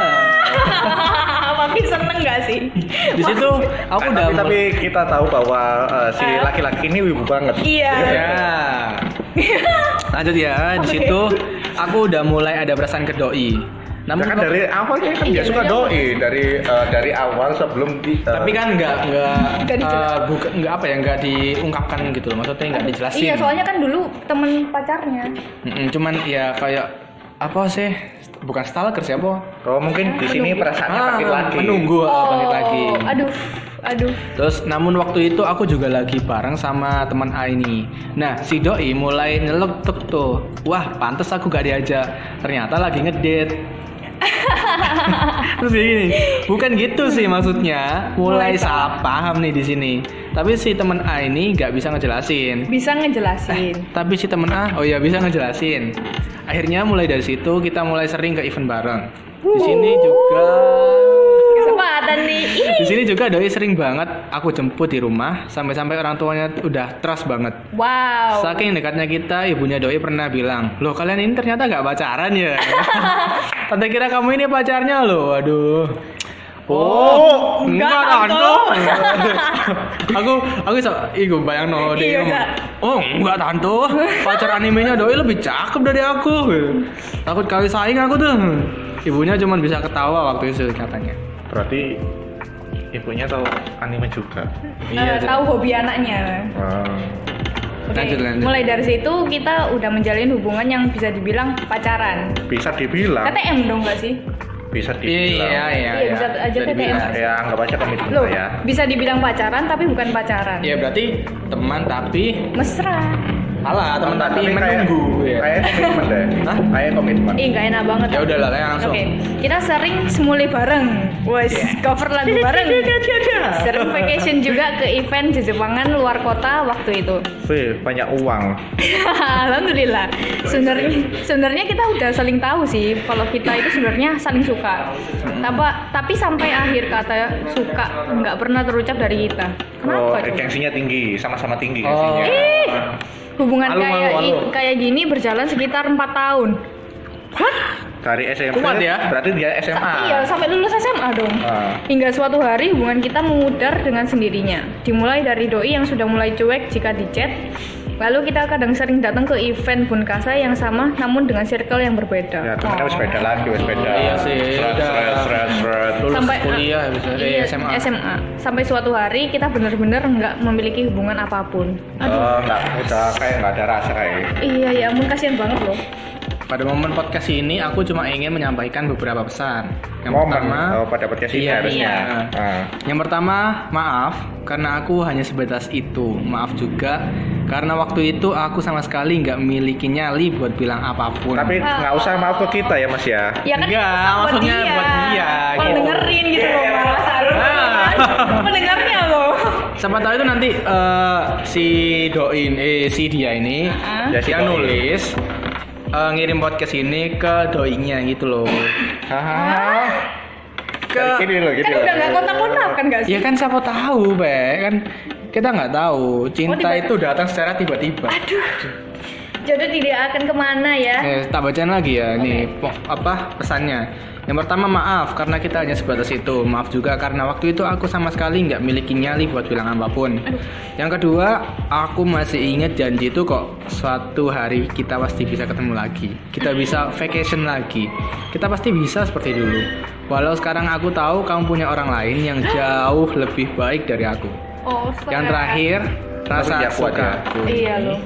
Makin seneng gak sih? Di situ aku Eh, udah tapi, tapi kita tahu bahwa eh, si Eh. laki-laki ini wibu banget. Iya. ya. Lanjut ya. Di Oke. situ aku udah mulai ada perasaan ke doi. Ya Namun kan kok- dari awalnya kan dia Iya, suka dari doi dari eh, dari awal sebelum di eh, tapi kan nggak nggak Nggak dijelasin. eh, bukan nggak apa ya nggak diungkapkan gitu loh, maksudnya nggak dijelasin. Iya, soalnya kan dulu temen pacarnya. Mm-mm, cuman ya kayak apa sih, bukan stalker siapa. oh mungkin di sini menunggu. perasaannya makin lagi. menunggu ah, bangkit lagi. aduh, aduh. Terus namun waktu itu aku juga lagi bareng sama teman A ini. Nah si doi mulai nyeletuk tuh, wah pantes aku gak diajak, ternyata lagi ngedate. Terus kayak gini, bukan gitu sih maksudnya. Mulai Mulai salah paham nih di sini. Tapi si teman A ini nggak bisa ngejelasin. Bisa ngejelasin. Tapi si temen A, oh ya bisa ngejelasin. Akhirnya mulai dari situ kita mulai sering ke event bareng. Di sini juga Kesempatan pacaran nih. Ih. Di sini juga doi sering banget aku jemput di rumah sampai-sampai orang tuanya udah trust banget. Wow. Saking dekatnya kita, ibunya doi pernah bilang, "Loh, kalian ini ternyata nggak pacaran ya?" Tante kira kamu ini pacarnya loh. Aduh. Oh, enggak tante. aku aku so, iku bayangno dia. Iya, enggak. Oh, enggak tante. Pacar animenya doi lebih cakep dari aku. Takut kali saing aku tuh. Ibunya cuma bisa ketawa waktu itu katanya. berarti ibunya tahu anime juga. Eh, tahu hobi anaknya. Ah. Oke, Lanjut, lanjut. mulai dari situ kita udah menjalin hubungan yang bisa dibilang pacaran. Bisa dibilang. T T M dong nggak sih? Bisa dibilang. Iya, iya, Iya, bisa aja T T M. Ya, anggap aja komitmen Loh, lah ya. bisa dibilang pacaran tapi bukan pacaran. Ya berarti teman tapi Mesra. alah teman tapi kayak menunggu ya. kayak komitmen deh. Hah? Kayak komitmen. Ih, nggak enak banget. Ya udahlah, kayak langsung. Oke, kita sering semule bareng. Wes, cover lagu bareng. Sering vacation juga ke event di Jepangan luar kota waktu itu. Wih, banyak uang. Alhamdulillah. Sebenarnya sebenarnya kita udah saling tahu sih kalau kita itu sebenarnya saling suka. Tapi, tapi sampai akhir kata suka nggak pernah terucap dari kita. Oh, Kenapa? coba? gengsinya tinggi, sama-sama tinggi Oh. gengsinya. Ih, hubungan Malu, kayak malu, malu. kayak gini berjalan sekitar empat tahun. Dari S M P, Kuat ya? berarti dia S M A. Iya, sampai lulus S M A dong. Ah. Hingga suatu hari hubungan kita memudar dengan sendirinya. Dimulai dari doi yang sudah mulai cuek jika di chat. Lalu kita kadang sering datang ke event Bunkasa yang sama namun dengan circle yang berbeda. Ya, temennya wis beda lagi, wis beda. Iya sih, Seret, udah. seret, seret, seret. Lulus Sampai kuliah bisa dari iya, S M A. S M A. Sampai suatu hari kita benar-benar nggak memiliki hubungan apapun. Oh, enggak, udah kayak enggak ada rasa kayak. Iya ya, ampun kasihan banget loh. Pada momen podcast ini aku cuma ingin menyampaikan beberapa pesan. Yang Momen, pertama, oh, pada podcast ini iya, harusnya. iya. Ah. Yang pertama, maaf karena aku hanya sebatas itu. Maaf juga karena waktu itu aku sama sekali nggak memiliki nyali buat bilang apapun. Tapi nggak usah maaf ke kita ya Mas ya. Ya kan Enggak, kita buat maksudnya dia. buat dia, Kalau gitu. dengerin gitu loh Mas. Ah. Pendengarnya loh. Siapa tahu itu nanti eh, si doin, eh si dia ini Ah. Ya, si dia doi. nulis eh, ngirim podcast ini ke doinya gitu loh. Hahaha. Ke Gini loh, gini Kan loh. udah nggak kontak-kontak kan nggak sih? ya kan siapa tahu, Be. Kan kita nggak tahu. Cinta Oh, tiba- itu datang secara tiba-tiba. Aduh. Jodoh tidak akan kemana ya. Eh, tak bacain lagi ya, nih po- apa pesannya. Yang pertama, maaf karena kita hanya sebatas itu. Maaf juga karena waktu itu aku sama sekali nggak miliki nyali buat bilang apapun. Yang kedua, aku masih ingat janji itu kok suatu hari kita pasti bisa ketemu lagi. Kita bisa vacation lagi. Kita pasti bisa seperti dulu. Walau sekarang aku tahu kamu punya orang lain yang jauh lebih baik dari aku. Oh, Yang terakhir, rasa dia kuat suka ya. aku. Iya loh.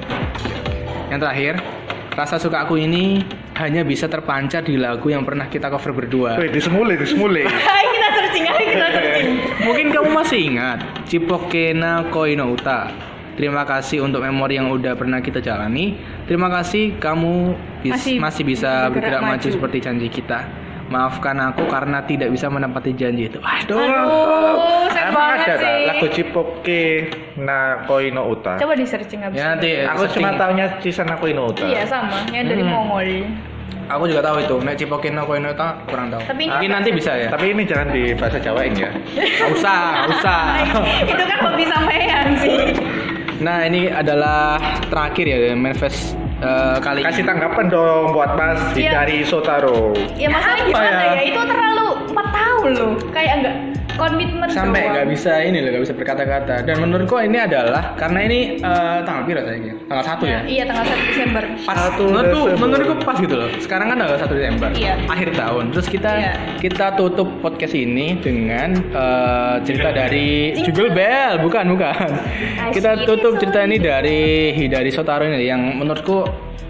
Yang terakhir, rasa suka aku ini hanya bisa terpancar di lagu yang pernah kita cover berdua. Wih, disemuli, disemuli. Hai, kita searching, ayo kita searching. Mungkin kamu masih ingat Chipokena Koino Uta. Terima kasih untuk memori yang udah pernah kita jalani. Terima kasih kamu bis- Masih masih, bisa bergerak bergerak maju. maju. seperti janji kita. Maafkan aku karena tidak bisa menepati janji itu. Aduh. Aduh, sayang Emang banget ada sih. tak lagu Cipoke na Koino Uta? Coba di searching habis. Ya nanti Aku searching. cuma taunya Cisana Koino Uta. Iya sama, yang dari Hmm. Mongol. Aku juga tahu itu. Nek Chipokena Koino Uta kurang tahu. Tapi- Mungkin nanti bisa ya. Tapi ini jangan di bahasa Jawain ya. Nggak usah, nggak usah. Itu kan hobi sampean sih. Nah, ini adalah terakhir ya manifest eh, kali Kasih ini. tanggapan dong buat Mas Iya. dari Sotaro. Ya masalah apa gimana ya? ya? Itu terlalu empat tahun loh. Kayak enggak komitmen Sampai doang. nggak bisa ini loh, nggak bisa berkata-kata. Dan menurutku ini adalah karena ini eh, tanggal berapa saya kira? Tanggal satu ya. Iya, tanggal satu Desember. Pas, Satu menurutku, Desember. menurutku pas gitu loh. Sekarang kan tanggal satu Desember, Iya. akhir tahun. Terus kita Iya. kita tutup podcast ini dengan eh, cerita dari Juggle Bell, bukan bukan. Kita Asyik. tutup cerita ini dari Hidari Sotaro ini yang menurutku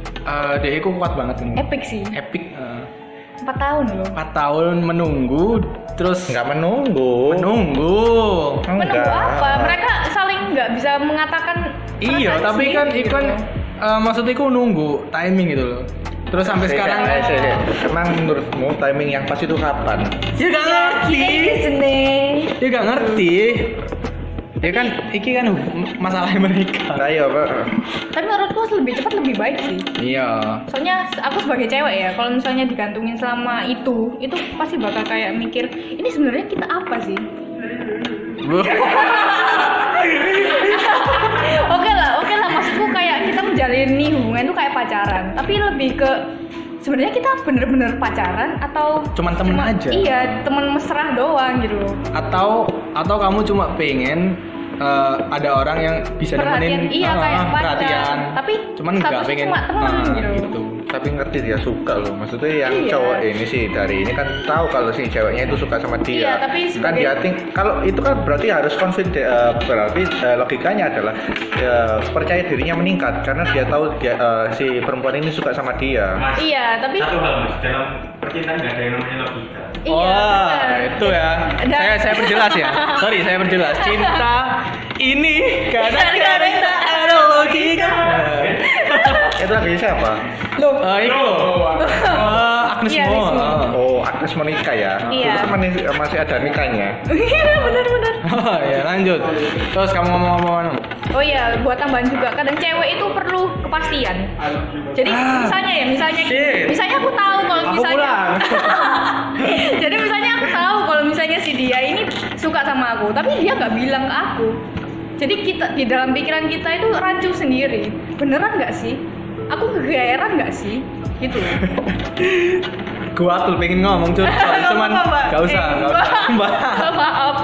eh dia itu kuat banget ini. Epic sih. Epic. eh, empat tahun loh. empat tahun menunggu, terus Enggak menunggu. menunggu. Menunggu apa? Mereka saling nggak bisa mengatakan Iya, perasaan tapi sendiri kan gitu ikan loh. eh, maksudnya aku nunggu timing gitu loh. Terus sampai Eh, sekarang eh, eh, eh, Emang menurutmu timing yang pas itu kapan? dia gak ngerti. Sini. Dia gak ngerti. Ya kan, iki kan masalah mereka. Nah, iya, Pak. Tapi menurutku lebih cepat lebih baik sih. Iya. Soalnya aku sebagai cewek ya, kalau misalnya digantungin selama itu, itu pasti bakal kayak mikir, ini sebenarnya kita apa sih? Oke lah, oke lah, maksudku kayak kita menjalani hubungan itu kayak pacaran, tapi lebih ke sebenarnya kita bener-bener pacaran atau Cuman temen cuma- aja. Iya, temen mesra doang gitu loh. Atau atau kamu cuma pengen eh, ada orang yang bisa Perhatian, nemenin iya ah, kayak pacar, perhatian. tapi Cuman nggak statusnya pengen cuma temen ah, gitu. gitu. Tapi ngerti dia suka loh. Maksudnya yang Iya. cowok ini sih dari ini kan tahu kalau si ceweknya itu suka sama dia. Iya, tapi kan sebagai- dia think kalau itu kan berarti harus confident eh, berarti eh, logikanya adalah eh, percaya dirinya meningkat karena dia tahu dia, eh, si perempuan ini suka sama dia. Mas, Iya, tapi satu hal mas, dalam percintaan nggak ada yang namanya logika. iya, Wah, bener. itu ya. Dan- Saya saya perjelas ya. Sorry, saya perjelas. Cinta ini kadang-kadang tak ada logika. Itu lagi siapa? Loh, Eh, itu loh. Eh, Agnes Iya, Mo. Agnes Mo. Oh. Oh, Agnes menikah ya. Iya. Dulu kan mani- masih ada nikahnya. iya bener-bener. Oh, ya lanjut. Terus kamu ngomong-ngomong. Oh iya, buat tambahan juga, kadang cewek itu perlu kepastian. Jadi Ah, misalnya ya, misalnya, shit. misalnya aku tahu kalau Aku misalnya, pulang. jadi misalnya aku tahu kalau misalnya si dia ini suka sama aku, tapi dia nggak bilang ke aku. Jadi kita di dalam pikiran kita itu rancu sendiri. Beneran nggak sih? Aku kegeeran nggak sih? Gitu. Gua tuh pengen ngomong cuy. Cuman Nggak apa-apa, Mbak. gak usah, Eh, gak usah. Mbak. Maaf.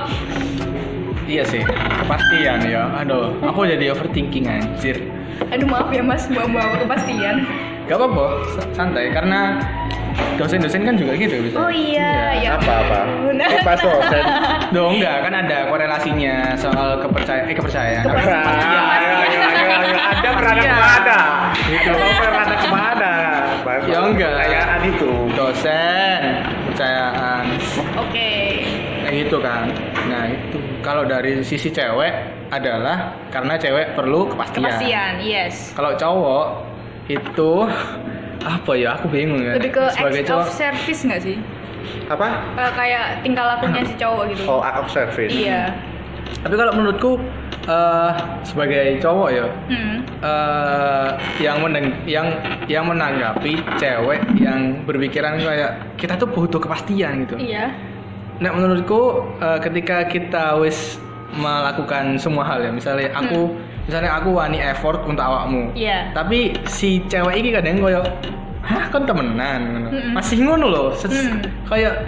Iya sih, kepastian ya. Aduh, aku jadi overthinking anjir. Aduh maaf ya mas, bawa-bawa kepastian. Gak apa-apa, s- santai. Karena dosen-dosen kan juga gitu bisa. Oh iya, ya. Apa-apa? ampun. Pas dosen. Duh, enggak, kan ada korelasinya soal kepercayaan, eh kepercayaan. Kepastian. Ada berada Iya. kemana? Gitu. Kamu berada kemana? Ya enggak. Kayaan itu. Dosen, kepercayaan. Oke. Kayak gitu kan. Nah, itu kalau dari sisi cewek adalah karena cewek perlu kepastian. Kepastian, yes. Kalau cowok itu apa ya? Aku bingung ya. Lebih ke Sebagai act cowok. of service nggak sih? Apa? Eh, kayak tingkah lakunya si cowok gitu. Oh, act of service. Iya. Tapi kalau menurutku eh sebagai cowok ya, Hmm. eh yang meneng yang yang menanggapi cewek yang berpikiran kayak kita tuh butuh kepastian gitu. Iya. Nah menurutku eh, ketika kita wis melakukan semua hal ya, misalnya aku misalnya aku wani effort untuk awakmu, Iya. tapi si cewek ini kadang koyo hah kan temenan, Mm-mm. masih ngono loh, Ses- Mm. kayak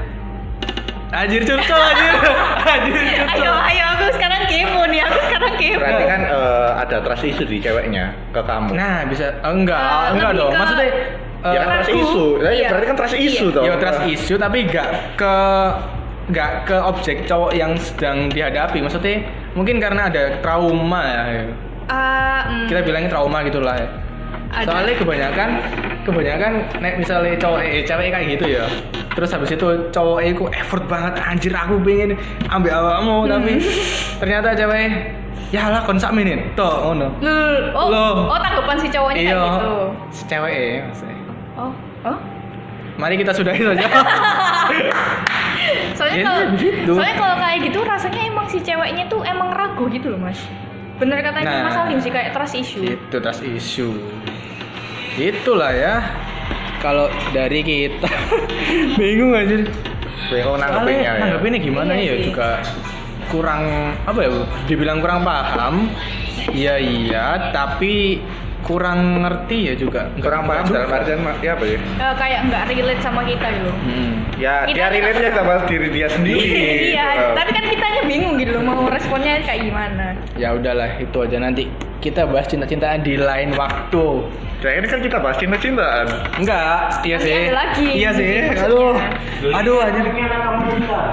anjir curcol anjir, anjir curcol. Ayo, ayo, aku sekarang kepo nih, aku sekarang kepo. Berarti kan eh, ada trust issue di ceweknya ke kamu. Nah bisa eh, enggak Eh, enggak lebih dong, ke- maksudnya eh, ya kan trust aku- issue. Nah, iya. berarti kan trust issue Iya. dong. ya trust issue tapi enggak ke nggak ke objek cowok yang sedang dihadapi, maksudnya mungkin karena ada trauma ya, Ah, mm, kita bilangnya trauma gitulah ya. ada. Soalnya kebanyakan kebanyakan nek misalnya cowok eh cewek kayak gitu ya, terus habis itu cowok itu effort banget anjir aku pengen ambil awakmu tapi ternyata cewek ya lah kon sak menit toh ngono. Lul, oh, Loh. oh tanggapan si cowoknya Iya, kayak gitu. si cewek ya maksudnya. Oh, oh. Mari kita sudahi saja. Soalnya Ya, kalau gitu. soalnya kalau kayak gitu rasanya emang si ceweknya tuh emang ragu gitu loh mas. Bener katanya Nah. Mas Salim sih kayak trust issue. Itu trust issue. Itulah ya. Kalau dari kita bingung aja. Bingung nanggepinnya ya. Nanggepinnya gimana Iya ya sih. juga kurang apa ya? Bu? Dibilang kurang paham. Iya iya, tapi kurang ngerti ya juga. Kurang paham Juga. dalam artian ma- ya apa ya? Eh, kayak nggak relate sama kita gitu. Hmm. Ya, Kita- dia relate-nya sama diri dia sendiri. Iya, gitu. tapi kan kitanya bingung gitu loh mau responnya kayak gimana. Ya udahlah itu aja, nanti kita bahas cinta-cintaan di lain waktu. Nah, ini kan kita bahas cinta-cintaan. Enggak, iya Nanti sih. ada lagi. Iya sih. Maksudnya. Aduh. Aduh anjir. Ini anak kamu cinta.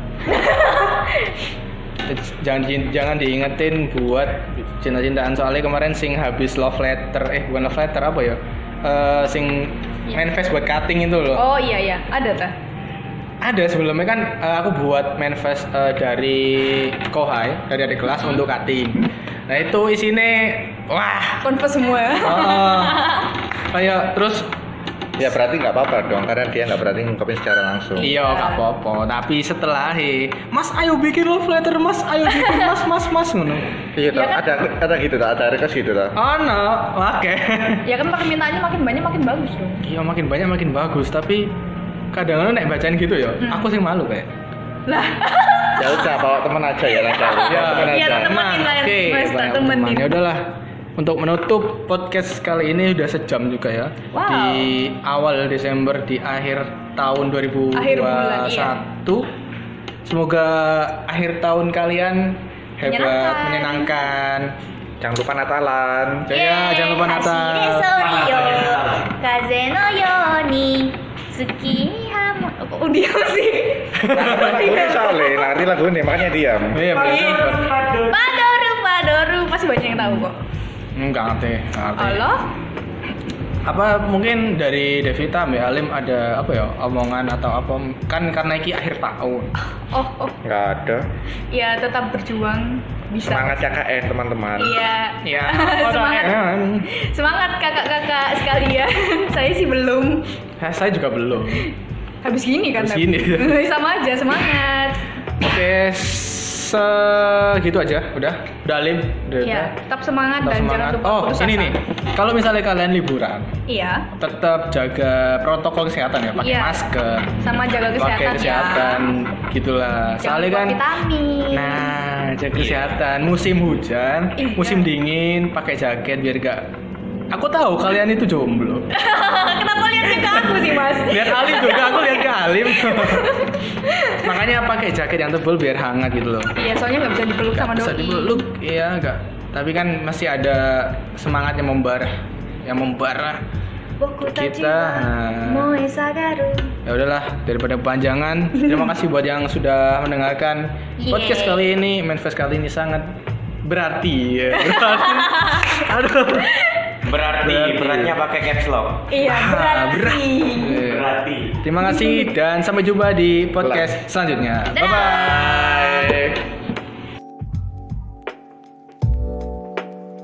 Jangan di- jangan diingetin buat cinta-cintaan, soalnya kemarin sing habis love letter eh bukan love letter apa ya? Eh sing Ya. manifest buat cutting itu loh. Oh iya iya, ada tah. Ada sebelumnya kan eh, aku buat manifest eh, dari Kohai, dari adik kelas untuk cutting. Nah, itu isinya wah, Confess semua. oh, kayak terus Ya berarti nggak apa-apa dong, karena dia nggak berarti ngungkapin secara langsung. Iya, gak apa-apa. Tapi setelah he, Mas ayo bikin love letter, Mas ayo bikin Mas Mas Mas ngono. Iya, Iya toh, kan? ada ada gitu tak, ada request gitu tak. Oh no, oke. Ya kan permintaannya makin banyak makin bagus dong. Iya makin banyak makin bagus, tapi kadang-kadang nek bacain gitu ya, Hmm. aku sih malu kayak. Lah, Ya udah, bawa temen aja ya nanti. Ya, temen iya, aja. temenin lah, oke, Mas, banyak temenin. teman. Ya udahlah. Untuk menutup podcast kali ini udah sejam juga ya. Wow. Di awal Desember di akhir tahun dua ribu dua puluh satu. Akhir bulan, iya. Semoga akhir tahun kalian hebat, Menyenangkan. menyenangkan. Jangan lupa Natalan. Ya, jangan lupa Natal. Kaze no yoni suki ni hamu. Oh, dia sih. Lagunya soalnya, nanti lagu ini makanya diam. Iya, Desember. Padoru, padoru, masih banyak yang tahu kok. Enggak ngerti, nggak ngerti. Allah, Apa mungkin dari Devita Mbak Alim ada apa ya omongan atau apa kan karena iki akhir tahun. oh, oh, Nggak ada. ya tetap berjuang bisa. Semangat C K N teman-teman. Iya. Ya, Semangat. Semangat kakak-kakak sekalian. Saya sih belum. Nah, saya juga belum. Habis gini kan? Habis tapi. gini. Sama aja semangat. Oke, segitu aja, udah, udah Alim, udah. Iya, tetap semangat Tetap dan semangat. jangan lupa Oh, putus ini asa. nih, kalau misalnya kalian liburan, Iya. tetap jaga protokol kesehatan ya, pakai Iya. masker, Sama jaga pakai kesehatan, kesehatan, ya. gitulah. Jangan Soalnya lupa kan, vitamin. nah, jaga kesehatan. Musim hujan, Iya. musim dingin, pakai jaket biar gak. Aku tahu kalian itu jomblo. Kenapa lihatnya ke aku sih, Mas? Lihat Alim juga, aku lihat ke Alim. Makanya pakai jaket yang tebal biar hangat gitu loh. Iya, soalnya nggak bisa dipeluk sama Bisa doi. dipeluk, iya enggak. Tapi kan masih ada semangat yang membara, yang membara. Boku Kita, kita nah. moe sagaru. Ya udahlah, daripada kepanjangan, terima kasih buat yang sudah mendengarkan Yeay. podcast kali ini. Manifest kali ini sangat berarti ya. Berarti. Aduh. Berarti, Berarti. beratnya pakai caps lock. Iya, Ah, berarti. berat. Berarti. Terima kasih dan sampai jumpa di podcast selanjutnya. Bye Dadah. bye.